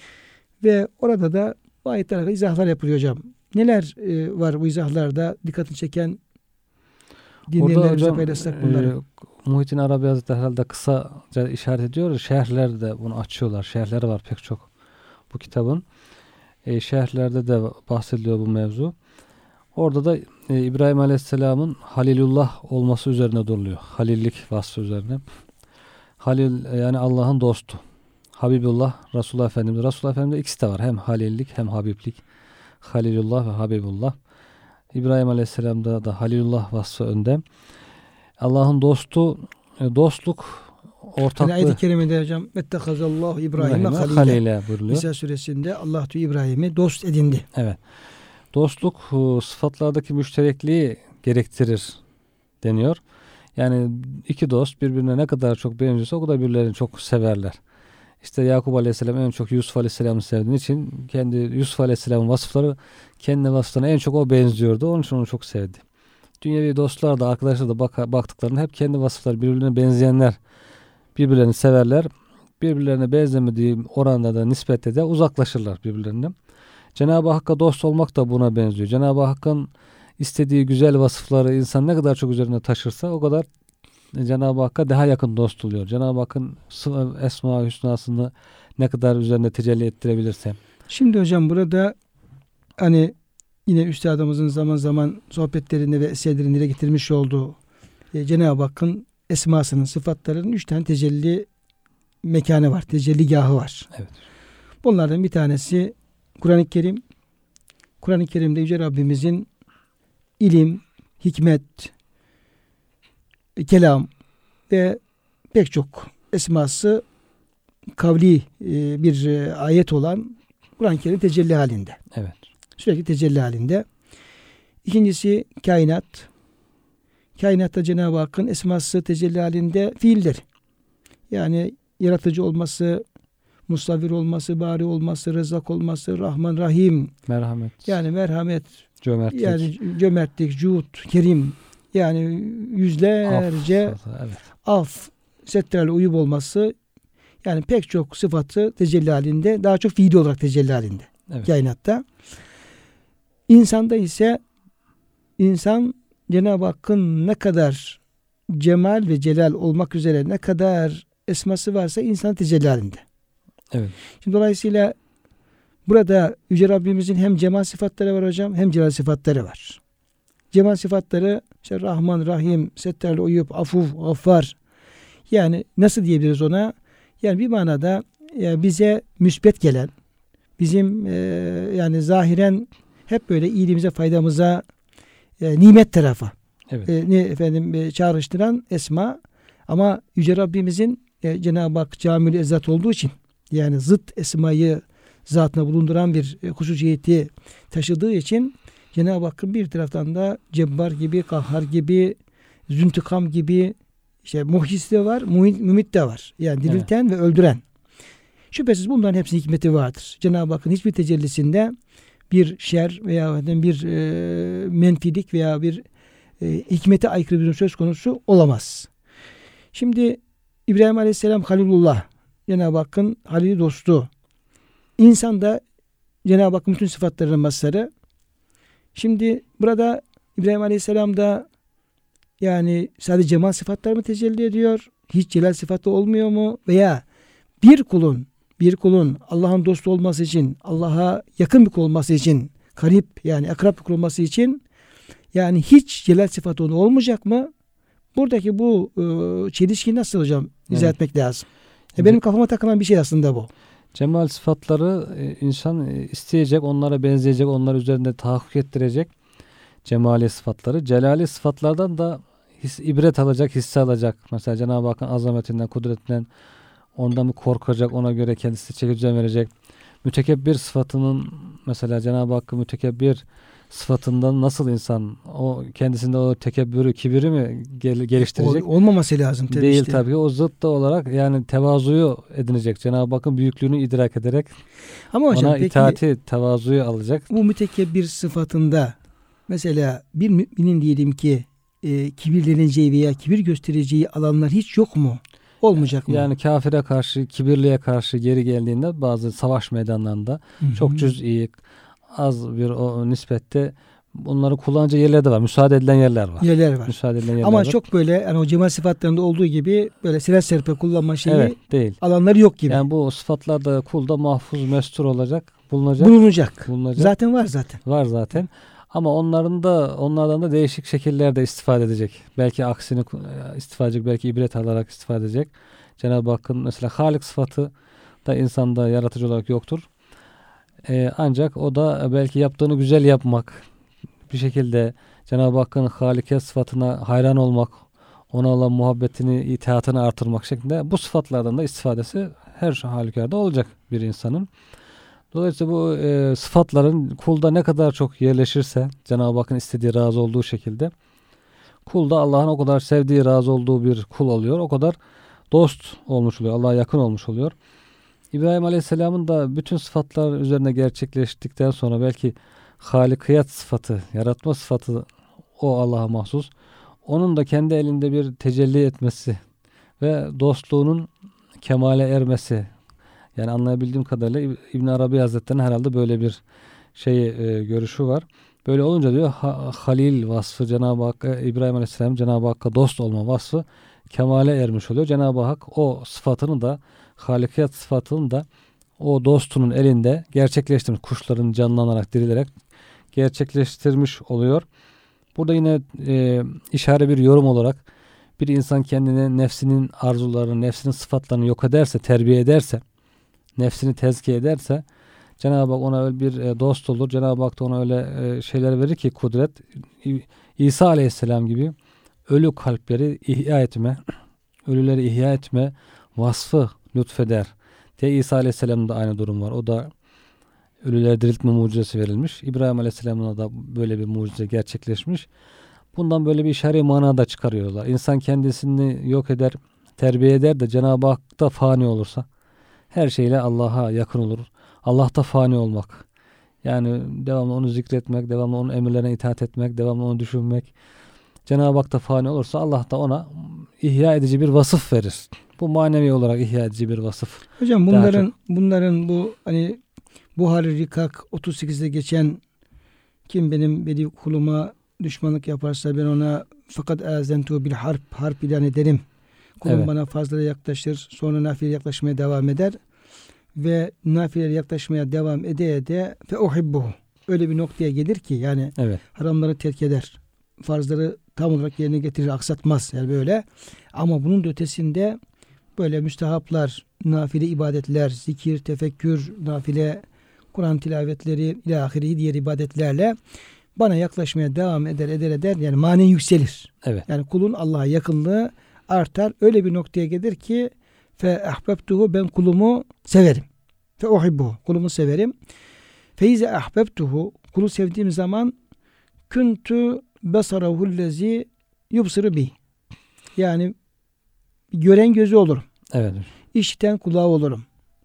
ve orada da bu ayetle alakalı izahlar yapılıyor hocam. Neler e, var bu izahlarda dikkatini çeken, dinleyenlerimize paylaşsak bunları? E, Muhyiddin Arabi Hazretleri herhalde kısaca işaret ediyor. Şerhler de bunu açıyorlar. Şerhleri var pek çok bu kitabın. E, şerhlerde de bahsediliyor bu mevzu. Orada da e, İbrahim Aleyhisselam'ın Halilullah olması üzerine duruluyor. Halillik vasfı üzerine. Halil e, yani Allah'ın dostu. Habibullah, Resulullah Efendimiz. Resulullah Efendimiz'de ikisi de var. Hem halillik hem habiblik. Halilullah ve Habibullah. İbrahim Aleyhisselam'da da Halilullah vasfı önde. Allah'ın dostu, e, dostluk ortaklığı. Yani ayet-i kerimede hocam "Vettehazallahu İbrahim'e halile" halile buyuruluyor. Nisa suresinde Allah diyor İbrahim'i dost edindi. Evet. Dostluk sıfatlardaki müşterekliği gerektirir deniyor. Yani iki dost birbirine ne kadar çok benziyorsa o kadar birbirlerini çok severler. İşte Yakup Aleyhisselam en çok Yusuf Aleyhisselam'ı sevdiği için kendi Yusuf Aleyhisselam'ın vasıfları kendi vasıflarına en çok o benziyordu. Onun için onu çok sevdi. Dünyevi dostlar da arkadaşlar da bak, baktıklarında hep kendi vasıfları birbirlerine benzeyenler birbirlerini severler. Birbirlerine benzemediği oranda da nispette de uzaklaşırlar birbirlerinden. Cenab-ı Hakk'a dost olmak da buna benziyor. Cenab-ı Hakk'ın istediği güzel vasıfları insan ne kadar çok üzerine taşırsa o kadar Cenab-ı Hakk'a daha yakın dost oluyor. Cenab-ı Hakk'ın Esma-i Hüsna'sını ne kadar üzerine tecelli ettirebilirse. Şimdi hocam burada hani yine üstadımızın zaman zaman sohbetlerinde ve eserlerinde dile getirmiş olduğu e, Cenab-ı Hakk'ın esmasının, sıfatlarının üç tane tecelli mekanı var. Tecelligahı var. Evet. Bunlardan bir tanesi Kur'an-ı Kerim. Kur'an-ı Kerim'de Yüce Rabbimizin ilim, hikmet, kelam ve pek çok esması kavli e, bir e, ayet olan Kur'an-ı Kerim tecelli halinde. Evet. Sürekli tecelli halinde. İkincisi kainat. Kainatta Cenab-ı Hakk'ın esması tecelli halinde fiilleri. Yani yaratıcı olması, musavvir olması, bari olması, rızak olması, Rahman, Rahim. Merhamet. Yani merhamet. Cömertlik. Yani cömertlik, cud, kerim. Yani yüzlerce af, evet. af, setterle uyup olması. Yani pek çok sıfatı tecelli halinde. Daha çok fiili olarak tecelli halinde. Evet. Kainatta. İnsanda ise insan Cenab-ı Hakk'ın ne kadar cemal ve celal olmak üzere ne kadar esması varsa insan tecelli halinde. Evet. Şimdi dolayısıyla burada Yüce Rabbimizin hem cemal sıfatları var hocam hem celal sıfatları var. Cemal sıfatları işte Rahman, Rahim, Setterli, Uyup, Afuf, Gaffar. Yani nasıl diyebiliriz ona? Yani bir manada yani bize müsbet gelen, bizim e, yani zahiren hep böyle iyiliğimize, faydamıza, e, nimet tarafa Evet. e, ne efendim e, çağrıştıran esma. Ama Yüce Rabbimizin e, Cenab-ı Hak camül ezzat olduğu için yani zıt esmayı zatına bulunduran bir e, hususiyeti taşıdığı için Cenab-ı Hakk'ın bir taraftan da Cebbar gibi, Kahhar gibi, Züntikam gibi işte muhis de var, mümit de var. Yani dirilten evet. ve öldüren. Şüphesiz bunların hepsinin hikmeti vardır. Cenab-ı Hakk'ın hiçbir tecellisinde bir şer veya bir e, menfilik veya bir e, hikmete aykırı bir söz konusu olamaz. Şimdi İbrahim Aleyhisselam Halilullah, Cenab-ı Hakk'ın halili dostu. İnsan da Cenab-ı Hakk'ın bütün sıfatlarının mazharı. Şimdi burada İbrahim Aleyhisselam da yani sadece cemal sıfatları mı tecelli ediyor? Hiç celal sıfatı olmuyor mu? Veya bir kulun bir kulun Allah'ın dostu olması için, Allah'a yakın bir kul olması için, karip yani akrab bir kul olması için Yani hiç celal sıfatı onda olmayacak mı? Buradaki bu e, çelişkiyi nasıl hocam izah Evet. etmek lazım? E, benim kafama takılan bir şey aslında bu. Cemal sıfatları e, insan e, isteyecek, onlara benzeyecek, onlar üzerinde tahakkuk ettirecek cemali sıfatları. Celali sıfatlardan da his, ibret alacak, hisse alacak. Mesela Cenab-ı Hakk'ın azametinden, kudretinden ondan bir korkacak, ona göre kendisi çeki düzen verecek. Mütekebbir sıfatının mesela Cenab-ı Hakk'ın mütekebbir sıfatından nasıl insan o kendisinde o tekebbürü, kibiri mi gel- geliştirecek? Ol- olmaması lazım tabii Değil işte. tabii. O zıt da olarak yani tevazuyu edinecek. Cenab-ı Hakk'ın büyüklüğünü idrak ederek Ama hocam ona peki itaati, tevazuyu alacak. bu mütekebbir sıfatında mesela bir müminin diyelim ki e, kibirleneceği veya kibir göstereceği alanlar hiç yok mu? Olmayacak mı? Yani kafire karşı, kibirliye karşı geri geldiğinde bazı savaş meydanlarında Hı hı. çok cüz'i, az bir o nispette bunları kullanacağı yerler de var. Müsaade edilen yerler var. yerler var. Müsaade edilen yerler Ama var. çok böyle yani o cemal sıfatlarında olduğu gibi böyle silah serpe kullanma şeyi Evet, değil. alanları yok gibi. Yani bu sıfatlarda kulda mahfuz, mestur olacak, bulunacak. bulunacak. bulunacak. Zaten var zaten. Var zaten. Ama onların da onlardan da değişik şekillerde istifade edecek. Belki aksini e, istifade edecek, belki ibret alarak istifade edecek. Cenab-ı Hakk'ın mesela Halik sıfatı da insanda yaratıcı olarak yoktur. Ee, ancak o da belki yaptığını güzel yapmak, bir şekilde Cenab-ı Hakk'ın Halike sıfatına hayran olmak, ona olan muhabbetini, itaatını artırmak şeklinde bu sıfatlardan da istifadesi her halükarda olacak bir insanın. Dolayısıyla bu e, sıfatların kulda ne kadar çok yerleşirse Cenab-ı Hakk'ın istediği, razı olduğu şekilde kul da Allah'ın o kadar sevdiği, razı olduğu bir kul oluyor. O kadar dost olmuş oluyor. Allah'a yakın olmuş oluyor. İbrahim Aleyhisselam'ın da bütün sıfatlar üzerine gerçekleştikten sonra belki halikiyat sıfatı, yaratma sıfatı o Allah'a mahsus. Onun da kendi elinde bir tecelli etmesi ve dostluğunun kemale ermesi. Yani anlayabildiğim kadarıyla İbn Arabi Hazretleri'nin herhalde böyle bir şey e, görüşü var. Böyle olunca diyor ha, Halil vasfı Cenab-ı Hakk'a, İbrahim Aleyhisselam Cenab-ı Hakk'a dost olma vasfı kemale ermiş oluyor. Cenab-ı Hak o sıfatını da halikiyat sıfatını da o dostunun elinde gerçekleştirmiş. Kuşların canlanarak, dirilerek gerçekleştirmiş oluyor. Burada yine e, işare bir yorum olarak bir insan kendine nefsinin arzularını, nefsinin sıfatlarını yok ederse, terbiye ederse, nefsini tezkiye ederse Cenab-ı Hak ona öyle bir e, dost olur. Cenab-ı Hak da ona öyle e, şeyler verir ki kudret. İ- İsa Aleyhisselam gibi ölü kalpleri ihya etme, ölüleri ihya etme vasfı lütfeder diye İsa Aleyhisselam'da aynı durum var. O da ölüleri diriltme mucizesi verilmiş. İbrahim Aleyhisselam'da da böyle bir mucize gerçekleşmiş. Bundan böyle bir işare manada çıkarıyorlar. İnsan kendisini yok eder, terbiye eder de Cenab-ı Hak'ta fani olursa her şeyle Allah'a yakın olur. Allah'ta fani olmak. Yani devamlı onu zikretmek, devamlı onun emirlerine itaat etmek, devamlı onu düşünmek. Cenab-ı Hak'ta fani olursa Allah da ona ihya edici bir vasıf verir. Bu manevi olarak ihya edici bir vasıf. Hocam Daha bunların çok. bunların bu hani Buhari Rikak otuz sekizde geçen kim benim veli kuluma düşmanlık yaparsa ben ona fakat azentu bil harp harp ilan ederim. Kulum Evet. bana fazla yaklaşır sonra nafile yaklaşmaya devam eder ve nafile yaklaşmaya devam ede ede fe uhibbuhu. Öyle bir noktaya gelir ki yani Evet. haramları terk eder. Farzları tam olarak yerine getirir, aksatmaz yani böyle. Ama bunun da ötesinde böyle müstehaplar, nafile ibadetler, zikir, tefekkür, nafile Kur'an tilavetleri ile ahiri diğer ibadetlerle bana yaklaşmaya devam eder eder eder yani manen yükselir. Evet. Yani kulun Allah'a yakınlığı artar. Öyle bir noktaya gelir ki fe ahbebtuhu ben kulumu severim. Fe uhibbuhu kulumu severim. Fe ize ahbebtuhu kulu sevdiğim zaman kuntu basarahu'llezi yubsiru bi. Yani gören gözü olurum. Evet. İşiten kulağı olurum.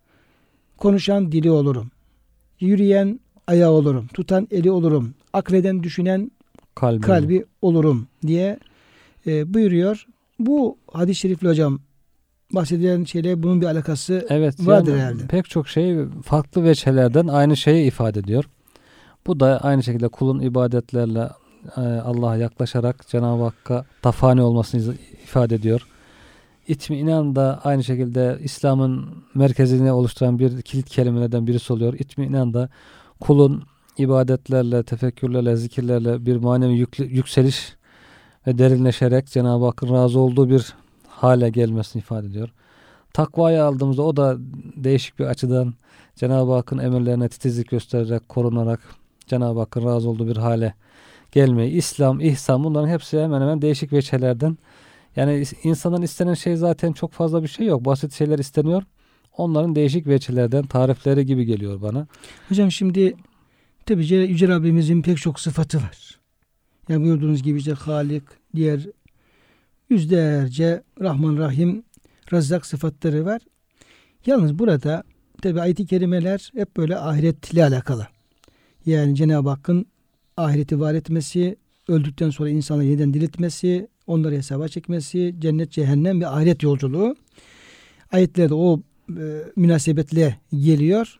Konuşan dili olurum. Yürüyen ayağı olurum. Tutan eli olurum. Akleden düşünen Kalbi. kalbi olurum diye e, buyuruyor. Bu hadis-i şerifle hocam bahsedilen şeyle bunun bir alakası Evet. vardır Yani herhalde. pek çok şey farklı veçelerden aynı şeyi ifade ediyor. Bu da aynı şekilde kulun ibadetlerle e, Allah'a yaklaşarak Cenab-ı Hakk'a tafani olmasını ifade ediyor. İtminan da aynı şekilde İslam'ın merkezini oluşturan bir kilit kelimelerden birisi oluyor. İtminan da kulun ibadetlerle, tefekkürlerle, zikirlerle bir manevi yükle, yükseliş ve derinleşerek Cenab-ı Hakk'ın razı olduğu bir hale gelmesini ifade ediyor. Takvayı aldığımızda o da değişik bir açıdan Cenab-ı Hakk'ın emirlerine titizlik göstererek, korunarak Cenab-ı Hakk'ın razı olduğu bir hale gelmeyi, İslam, ihsan, bunların hepsi hemen hemen değişik veçelerden. Yani insanın istenen şey zaten çok fazla bir şey yok. Basit şeyler isteniyor. Onların değişik veçelerden tarifleri gibi geliyor bana. Hocam şimdi tabii Yüce Rabbimizin pek çok sıfatı var. Yani buyurduğunuz gibi işte Halik, diğer yüzlerce Rahman, Rahim, Razzak sıfatları var. Yalnız burada tabii ayet-i kerimeler hep böyle ahiretle alakalı. Yani Cenab-ı Hakk'ın ahireti var etmesi, öldükten sonra insanları yeniden diriltmesi, onları hesaba çekmesi, cennet, cehennem ve ahiret yolculuğu. Ayetlerde o e, münasebetle geliyor.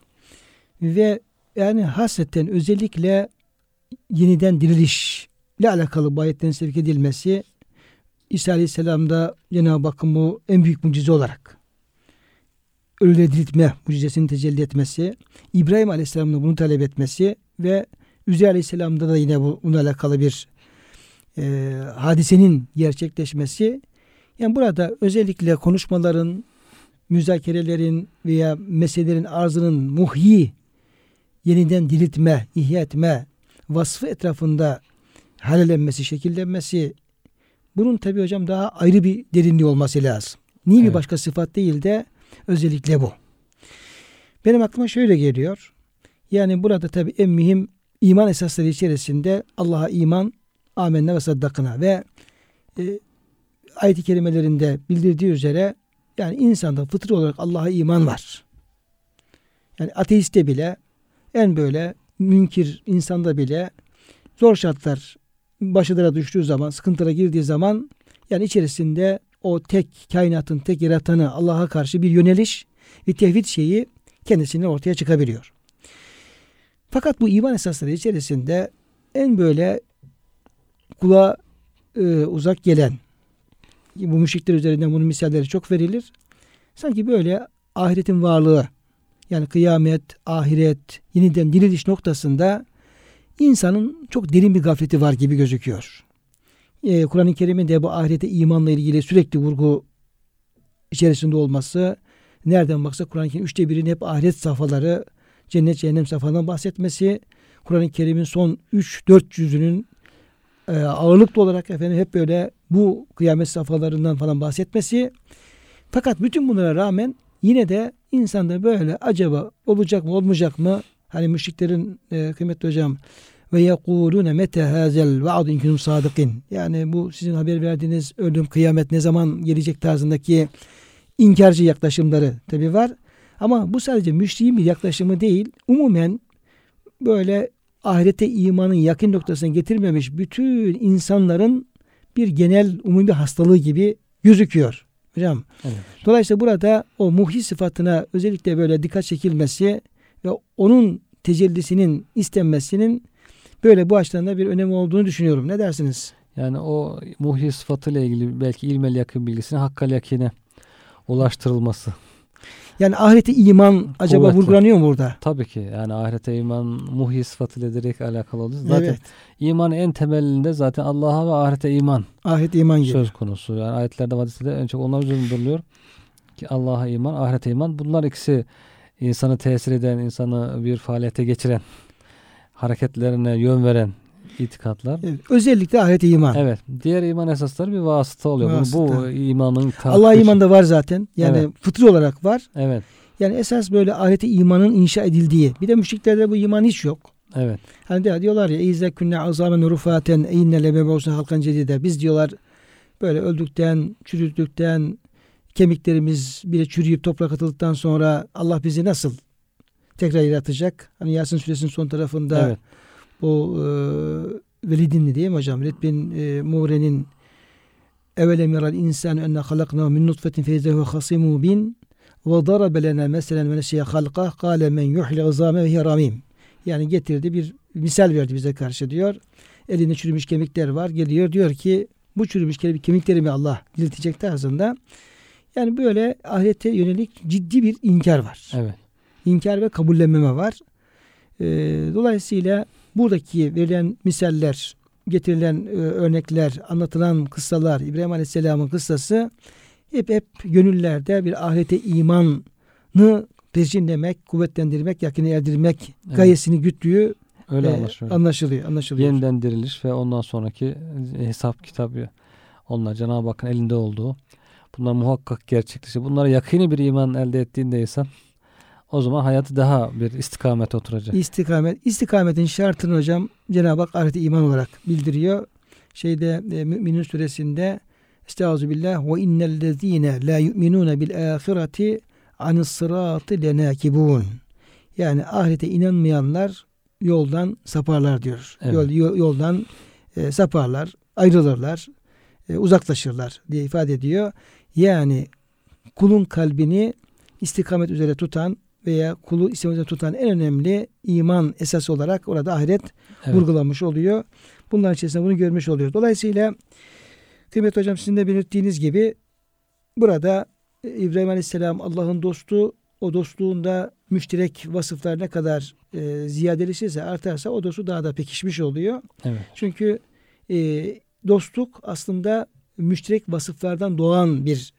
Ve yani hasreten özellikle yeniden dirilişle alakalı bu ayetlerin sevk edilmesi, İsa Aleyhisselam'da Cenab-ı Hakk'ın bu en büyük mucize olarak ölüleri diriltme mucizesini tecelli etmesi, İbrahim Aleyhisselam'da bunu talep etmesi ve Üzeyr Aleyhisselam'da da yine bu, bununla alakalı bir e, hadisenin gerçekleşmesi. Yani burada özellikle konuşmaların, müzakerelerin veya meselelerin arzının muhyi, yeniden diriltme, ihya etme vasfı etrafında halelenmesi, şekillenmesi, bunun tabi hocam daha ayrı bir derinliği olması lazım. Niye evet. bir başka sıfat değil de özellikle bu. Benim aklıma şöyle geliyor. Yani burada tabi en mühim iman esasları içerisinde Allah'a iman, amenna ve saddakına ve e, ayet-i kerimelerinde bildirdiği üzere yani insanda fıtri olarak Allah'a iman var. Yani ateiste bile, en böyle münkir insanda bile zor şartlar başılara düştüğü zaman, sıkıntılara girdiği zaman yani içerisinde o tek kainatın tek yaratanı Allah'a karşı bir yöneliş ve tevhid şeyi kendisine ortaya çıkabiliyor. Fakat bu iman esasları içerisinde en böyle kulağa e, uzak gelen, bu müşrikler üzerinden bunun misalleri çok verilir. Sanki böyle ahiretin varlığı, yani kıyamet, ahiret, yeniden diriliş noktasında insanın çok derin bir gafleti var gibi gözüküyor. Ee, Kur'an-ı Kerim'in de bu ahirete imanla ilgili sürekli vurgu içerisinde olması, nereden baksa Kur'an-ı Kerim üçte birin hep ahiret safhaları, cennet cehennem safhalarından bahsetmesi, Kur'an-ı Kerim'in son üç dört yüzünün e, ağırlıklı olarak efendim hep böyle bu kıyamet safhalarından falan bahsetmesi. Fakat bütün bunlara rağmen yine de insanda böyle acaba olacak mı olmayacak mı? Hani müşriklerin e, kıymetli hocam ve yekulune mete hazel vaad in kuntum sadikin. Yani bu sizin haber verdiğiniz ölüm, kıyamet ne zaman gelecek tarzındaki inkarcı yaklaşımları tabi var. Ama bu sadece müşriğin bir yaklaşımı değil. Umumen böyle ahirete imanın yakın noktasına getirmemiş bütün insanların bir genel umumi hastalığı gibi gözüküyor. Hocam. Evet. Dolayısıyla burada o muhyi sıfatına özellikle böyle dikkat çekilmesi ve onun tecellisinin istenmesinin böyle bu açıdan da bir önemi olduğunu düşünüyorum. Ne dersiniz? Yani o muhyi sıfatıyla ilgili belki ilmel yakın bilgisine hakkal yakine ulaştırılması. Yani ahirete iman acaba kuvvetli vurgulanıyor mu burada? Tabii ki. Yani ahirete iman muhyi sıfatıyla direkt alakalı oluyor. Zaten evet. imanın en temelinde zaten Allah'a ve ahirete iman. Ahiret iman gibi. Söz konusu. Yani ayetlerde, hadiste en çok onlar üzerinde duruluyor. Ki Allah'a iman, ahirete iman. Bunlar ikisi insanı tesir eden, insanı bir faaliyete geçiren, hareketlerine yön veren itikatlar. Evet, özellikle ahiret iman. Evet. Diğer iman esasları bir vasıta oluyor. Vasıta. Bu imanın Allah iman da var zaten. Yani evet. fıtri olarak var. Evet. Yani esas böyle ahirete imanın inşa edildiği. Bir de müşriklerde bu iman hiç yok. Evet. Hani de diyorlar ya İzze künne azamen rufaten eyinne lebebevsun halkan cedide. Biz diyorlar böyle öldükten, çürüdükten, kemiklerimiz bile çürüyüp toprak atıldıktan sonra Allah bizi nasıl tekrar yaratacak? Hani Yasin suresinin son tarafında evet. o e, Velid'in değil mi hocam? Velid bin e, Muğre'nin evelem yaral insan enne halakna min nutfetin feyzehu hasimu bin ve darabe lena meselen ve neşeye halkah kâle men yuhli gızâme ve hiye ramim. Yani getirdi bir misal verdi bize karşı diyor. Elinde çürümüş kemikler var. Geliyor diyor ki bu çürümüş kemiklerimi Allah diriltecek tarzında. Yani böyle ahirete yönelik ciddi bir inkar var. Evet. İnkar ve kabullenmeme var. E, dolayısıyla buradaki verilen misaller, getirilen e, örnekler, anlatılan kıssalar, İbrahim Aleyhisselam'ın kıssası hep hep gönüllerde bir ahirete imanı peşinlemek, kuvvetlendirmek, yakını erdirmek Evet. gayesini güttüğü Öyle e, anlaşılıyor. anlaşılıyor. anlaşılıyor. Yeniden diriliş ve ondan sonraki hesap kitabı, onlar Cenab-ı Hakk'ın elinde olduğu, bunlar muhakkak gerçekleşir. Bunlara yakini bir iman elde ettiğinde insan, o zaman hayatı daha bir istikamete oturacak. İstikamet, istikametin şartını hocam Cenab-ı Hak ahirete iman olarak bildiriyor. Şeyde e, Mü'minun suresinde Estağfirullah ve innellezine la yu'minun bil ahireti anis sırati lenakibun. Yani ahirete inanmayanlar yoldan saparlar diyor. Evet. Yol, yol- yoldan e, saparlar, ayrılırlar, e, uzaklaşırlar diye ifade ediyor. Yani kulun kalbini istikamet üzere tutan veya kulu istikamet üzere tutan en önemli iman esası olarak orada ahiret Evet. vurgulanmış oluyor. Bunların içerisinde bunu görmüş oluyor. Dolayısıyla kıymetli hocam sizin de belirttiğiniz gibi burada e, İbrahim Aleyhisselam Allah'ın dostu, o dostluğunda müşterek vasıflar ne kadar e, ziyadeleşirse, artarsa o dostu daha da pekişmiş oluyor. Evet. Çünkü e, dostluk aslında müşterek vasıflardan doğan bir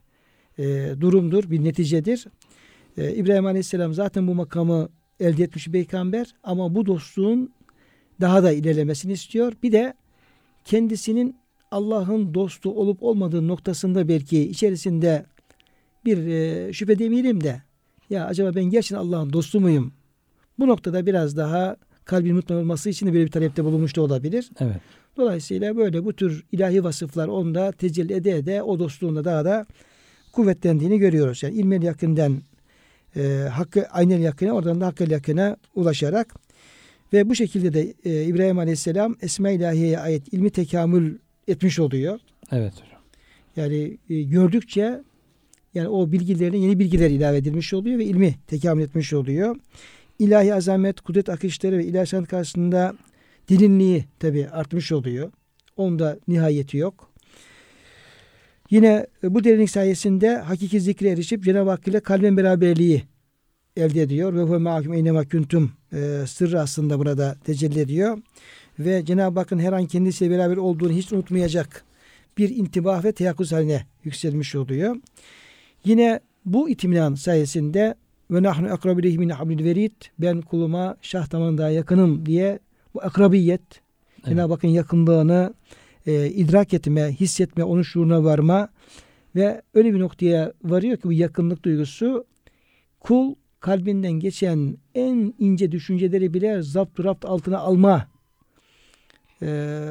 e, durumdur, bir neticedir. E, İbrahim Aleyhisselam zaten bu makamı elde etmiş bir peygamber ama bu dostluğun daha da ilerlemesini istiyor. Bir de kendisinin Allah'ın dostu olup olmadığı noktasında belki içerisinde bir e, şüphe demeyelim de ya acaba ben gerçekten Allah'ın dostu muyum? Bu noktada biraz daha kalbin mutmain olması için de böyle bir talepte bulunmuş da olabilir. Evet. Dolayısıyla böyle bu tür ilahi vasıflar onda tecelli ede ede o dostluğunda daha da kuvvetlendiğini görüyoruz. Yani ilmel yakından e, hakkı aynel yakına, oradan da hakkı yakına ulaşarak ve bu şekilde de e, İbrahim Aleyhisselam Esma-i İlahiye'ye ait ilmi tekamül etmiş oluyor. Evet hocam. Yani e, gördükçe yani o bilgilerine yeni bilgiler ilave edilmiş oluyor ve ilmi tekamül etmiş oluyor. İlahi azamet, kudret akışları ve ilahi sanat karşısında derinliği tabi artmış oluyor. Onda nihayeti yok. Yine e, bu derinlik sayesinde hakiki zikre erişip Cenab-ı Hak ile kalben beraberliği elde ediyor. Ve huve ma'akum eynemâ kuntum e, sırrı aslında burada tecelli ediyor. Ve Cenab-ı Hakk'ın her an kendisiyle beraber olduğunu hiç unutmayacak bir intibah ve teyakkuz haline yükselmiş oluyor. Yine bu itminan sayesinde ve nahnu akrabu ileyhi min hablil verid, ben kuluma şah damarından daha yakınım diye bu akrabiyet, evet. Cenab-ı Hakk'ın yakınlığını e, idrak etme, hissetme, onun şuuruna varma ve öyle bir noktaya varıyor ki bu yakınlık duygusu kul kalbinden geçen en ince düşünceleri bile zapt rapt altına alma e,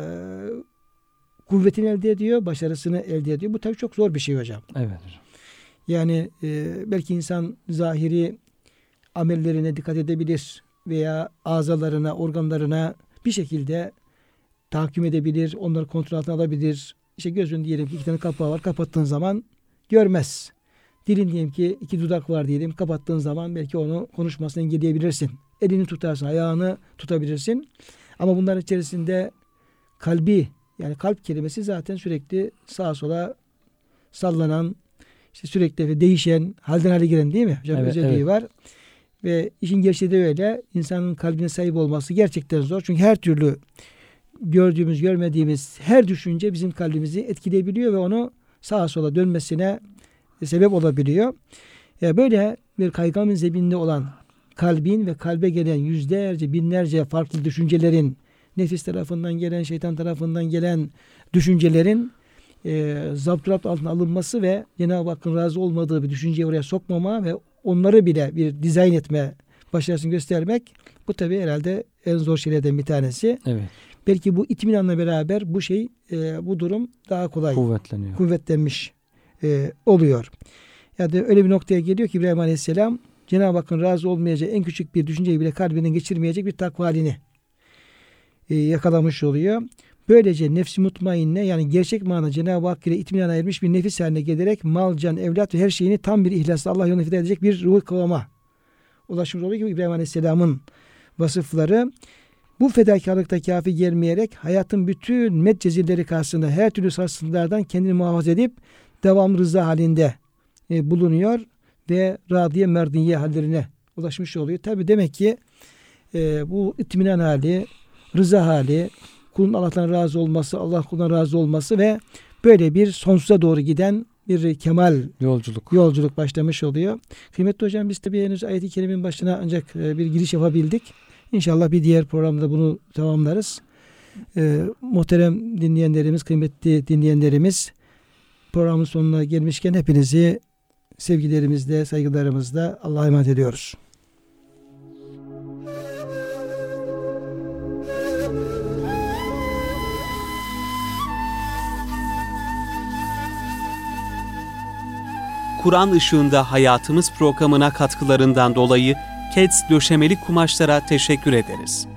kuvvetini elde ediyor, başarısını elde ediyor. Bu tabii çok zor bir şey hocam. Evet hocam. Yani e, belki insan zahiri amellerine dikkat edebilir veya azalarına, organlarına bir şekilde tahakküm edebilir, onları kontrol altına alabilir. İşte gözün diyelim ki iki tane kapağı var, kapattığın zaman görmez. Dilin diyelim ki iki dudak var diyelim, kapattığın zaman belki onu konuşmasını engelleyebilirsin. Elini tutarsın, ayağını tutabilirsin. Ama bunların içerisinde kalbi, yani kalp kelimesi zaten sürekli sağa sola sallanan, işte sürekli değişen, halden hale giren değil mi? Hocam Evet, özelliği evet. var. Ve işin gerçeği de öyle. İnsanın kalbine sahip olması gerçekten zor. Çünkü her türlü gördüğümüz, görmediğimiz her düşünce bizim kalbimizi etkileyebiliyor ve onu sağa sola dönmesine sebep olabiliyor. Yani böyle bir kaygamın zebinde olan kalbin ve kalbe gelen yüzlerce, binlerce farklı düşüncelerin, nefis tarafından gelen, şeytan tarafından gelen düşüncelerin e, zapturapt altına alınması ve Cenab-ı Hakk'ın razı olmadığı bir düşünceyi oraya sokmama ve onları bile bir dizayn etme başarısını göstermek, bu tabii herhalde en zor şeylerden bir tanesi. Evet. Belki bu itminanla beraber bu şey, e, bu durum daha kolay Kuvvetleniyor. kuvvetlenmiş e, oluyor. Yani öyle bir noktaya geliyor ki İbrahim Aleyhisselam Cenab-ı Hakk'ın razı olmayacağı en küçük bir düşünceyi bile kalbinden geçirmeyecek bir takva halini e, yakalamış oluyor. Böylece nefsi mutmainne, yani gerçek manada Cenab-ı Hak ile itminana ermiş bir nefis haline gelerek mal, can, evlat ve her şeyini tam bir ihlasla Allah yolunda feda edecek bir ruh kıvama ulaşmış oluyor ki İbrahim Aleyhisselam'ın vasıfları. Bu fedakarlıkta kafi gelmeyerek hayatın bütün metcezilleri karşısında her türlü sarsıntılardan kendini muhafaza edip devamlı rıza halinde e, bulunuyor ve radiye merdiye hallerine ulaşmış oluyor. Tabi demek ki e, bu itminan hali, rıza hali, kulun Allah'tan razı olması, Allah kulundan razı olması ve böyle bir sonsuza doğru giden bir kemal Yolculuk. yolculuk başlamış oluyor. Kıymetli hocam, biz tabii henüz ayet-i kerimenin başına ancak e, bir giriş yapabildik. İnşallah bir diğer programda bunu tamamlarız. E, muhterem dinleyenlerimiz, kıymetli dinleyenlerimiz, programın sonuna gelmişken hepinizi sevgilerimizle, saygılarımızla Allah'a emanet ediyoruz. Kur'an Işığında Hayatımız programına katkılarından dolayı Keds Döşemeli Kumaşlara teşekkür ederiz.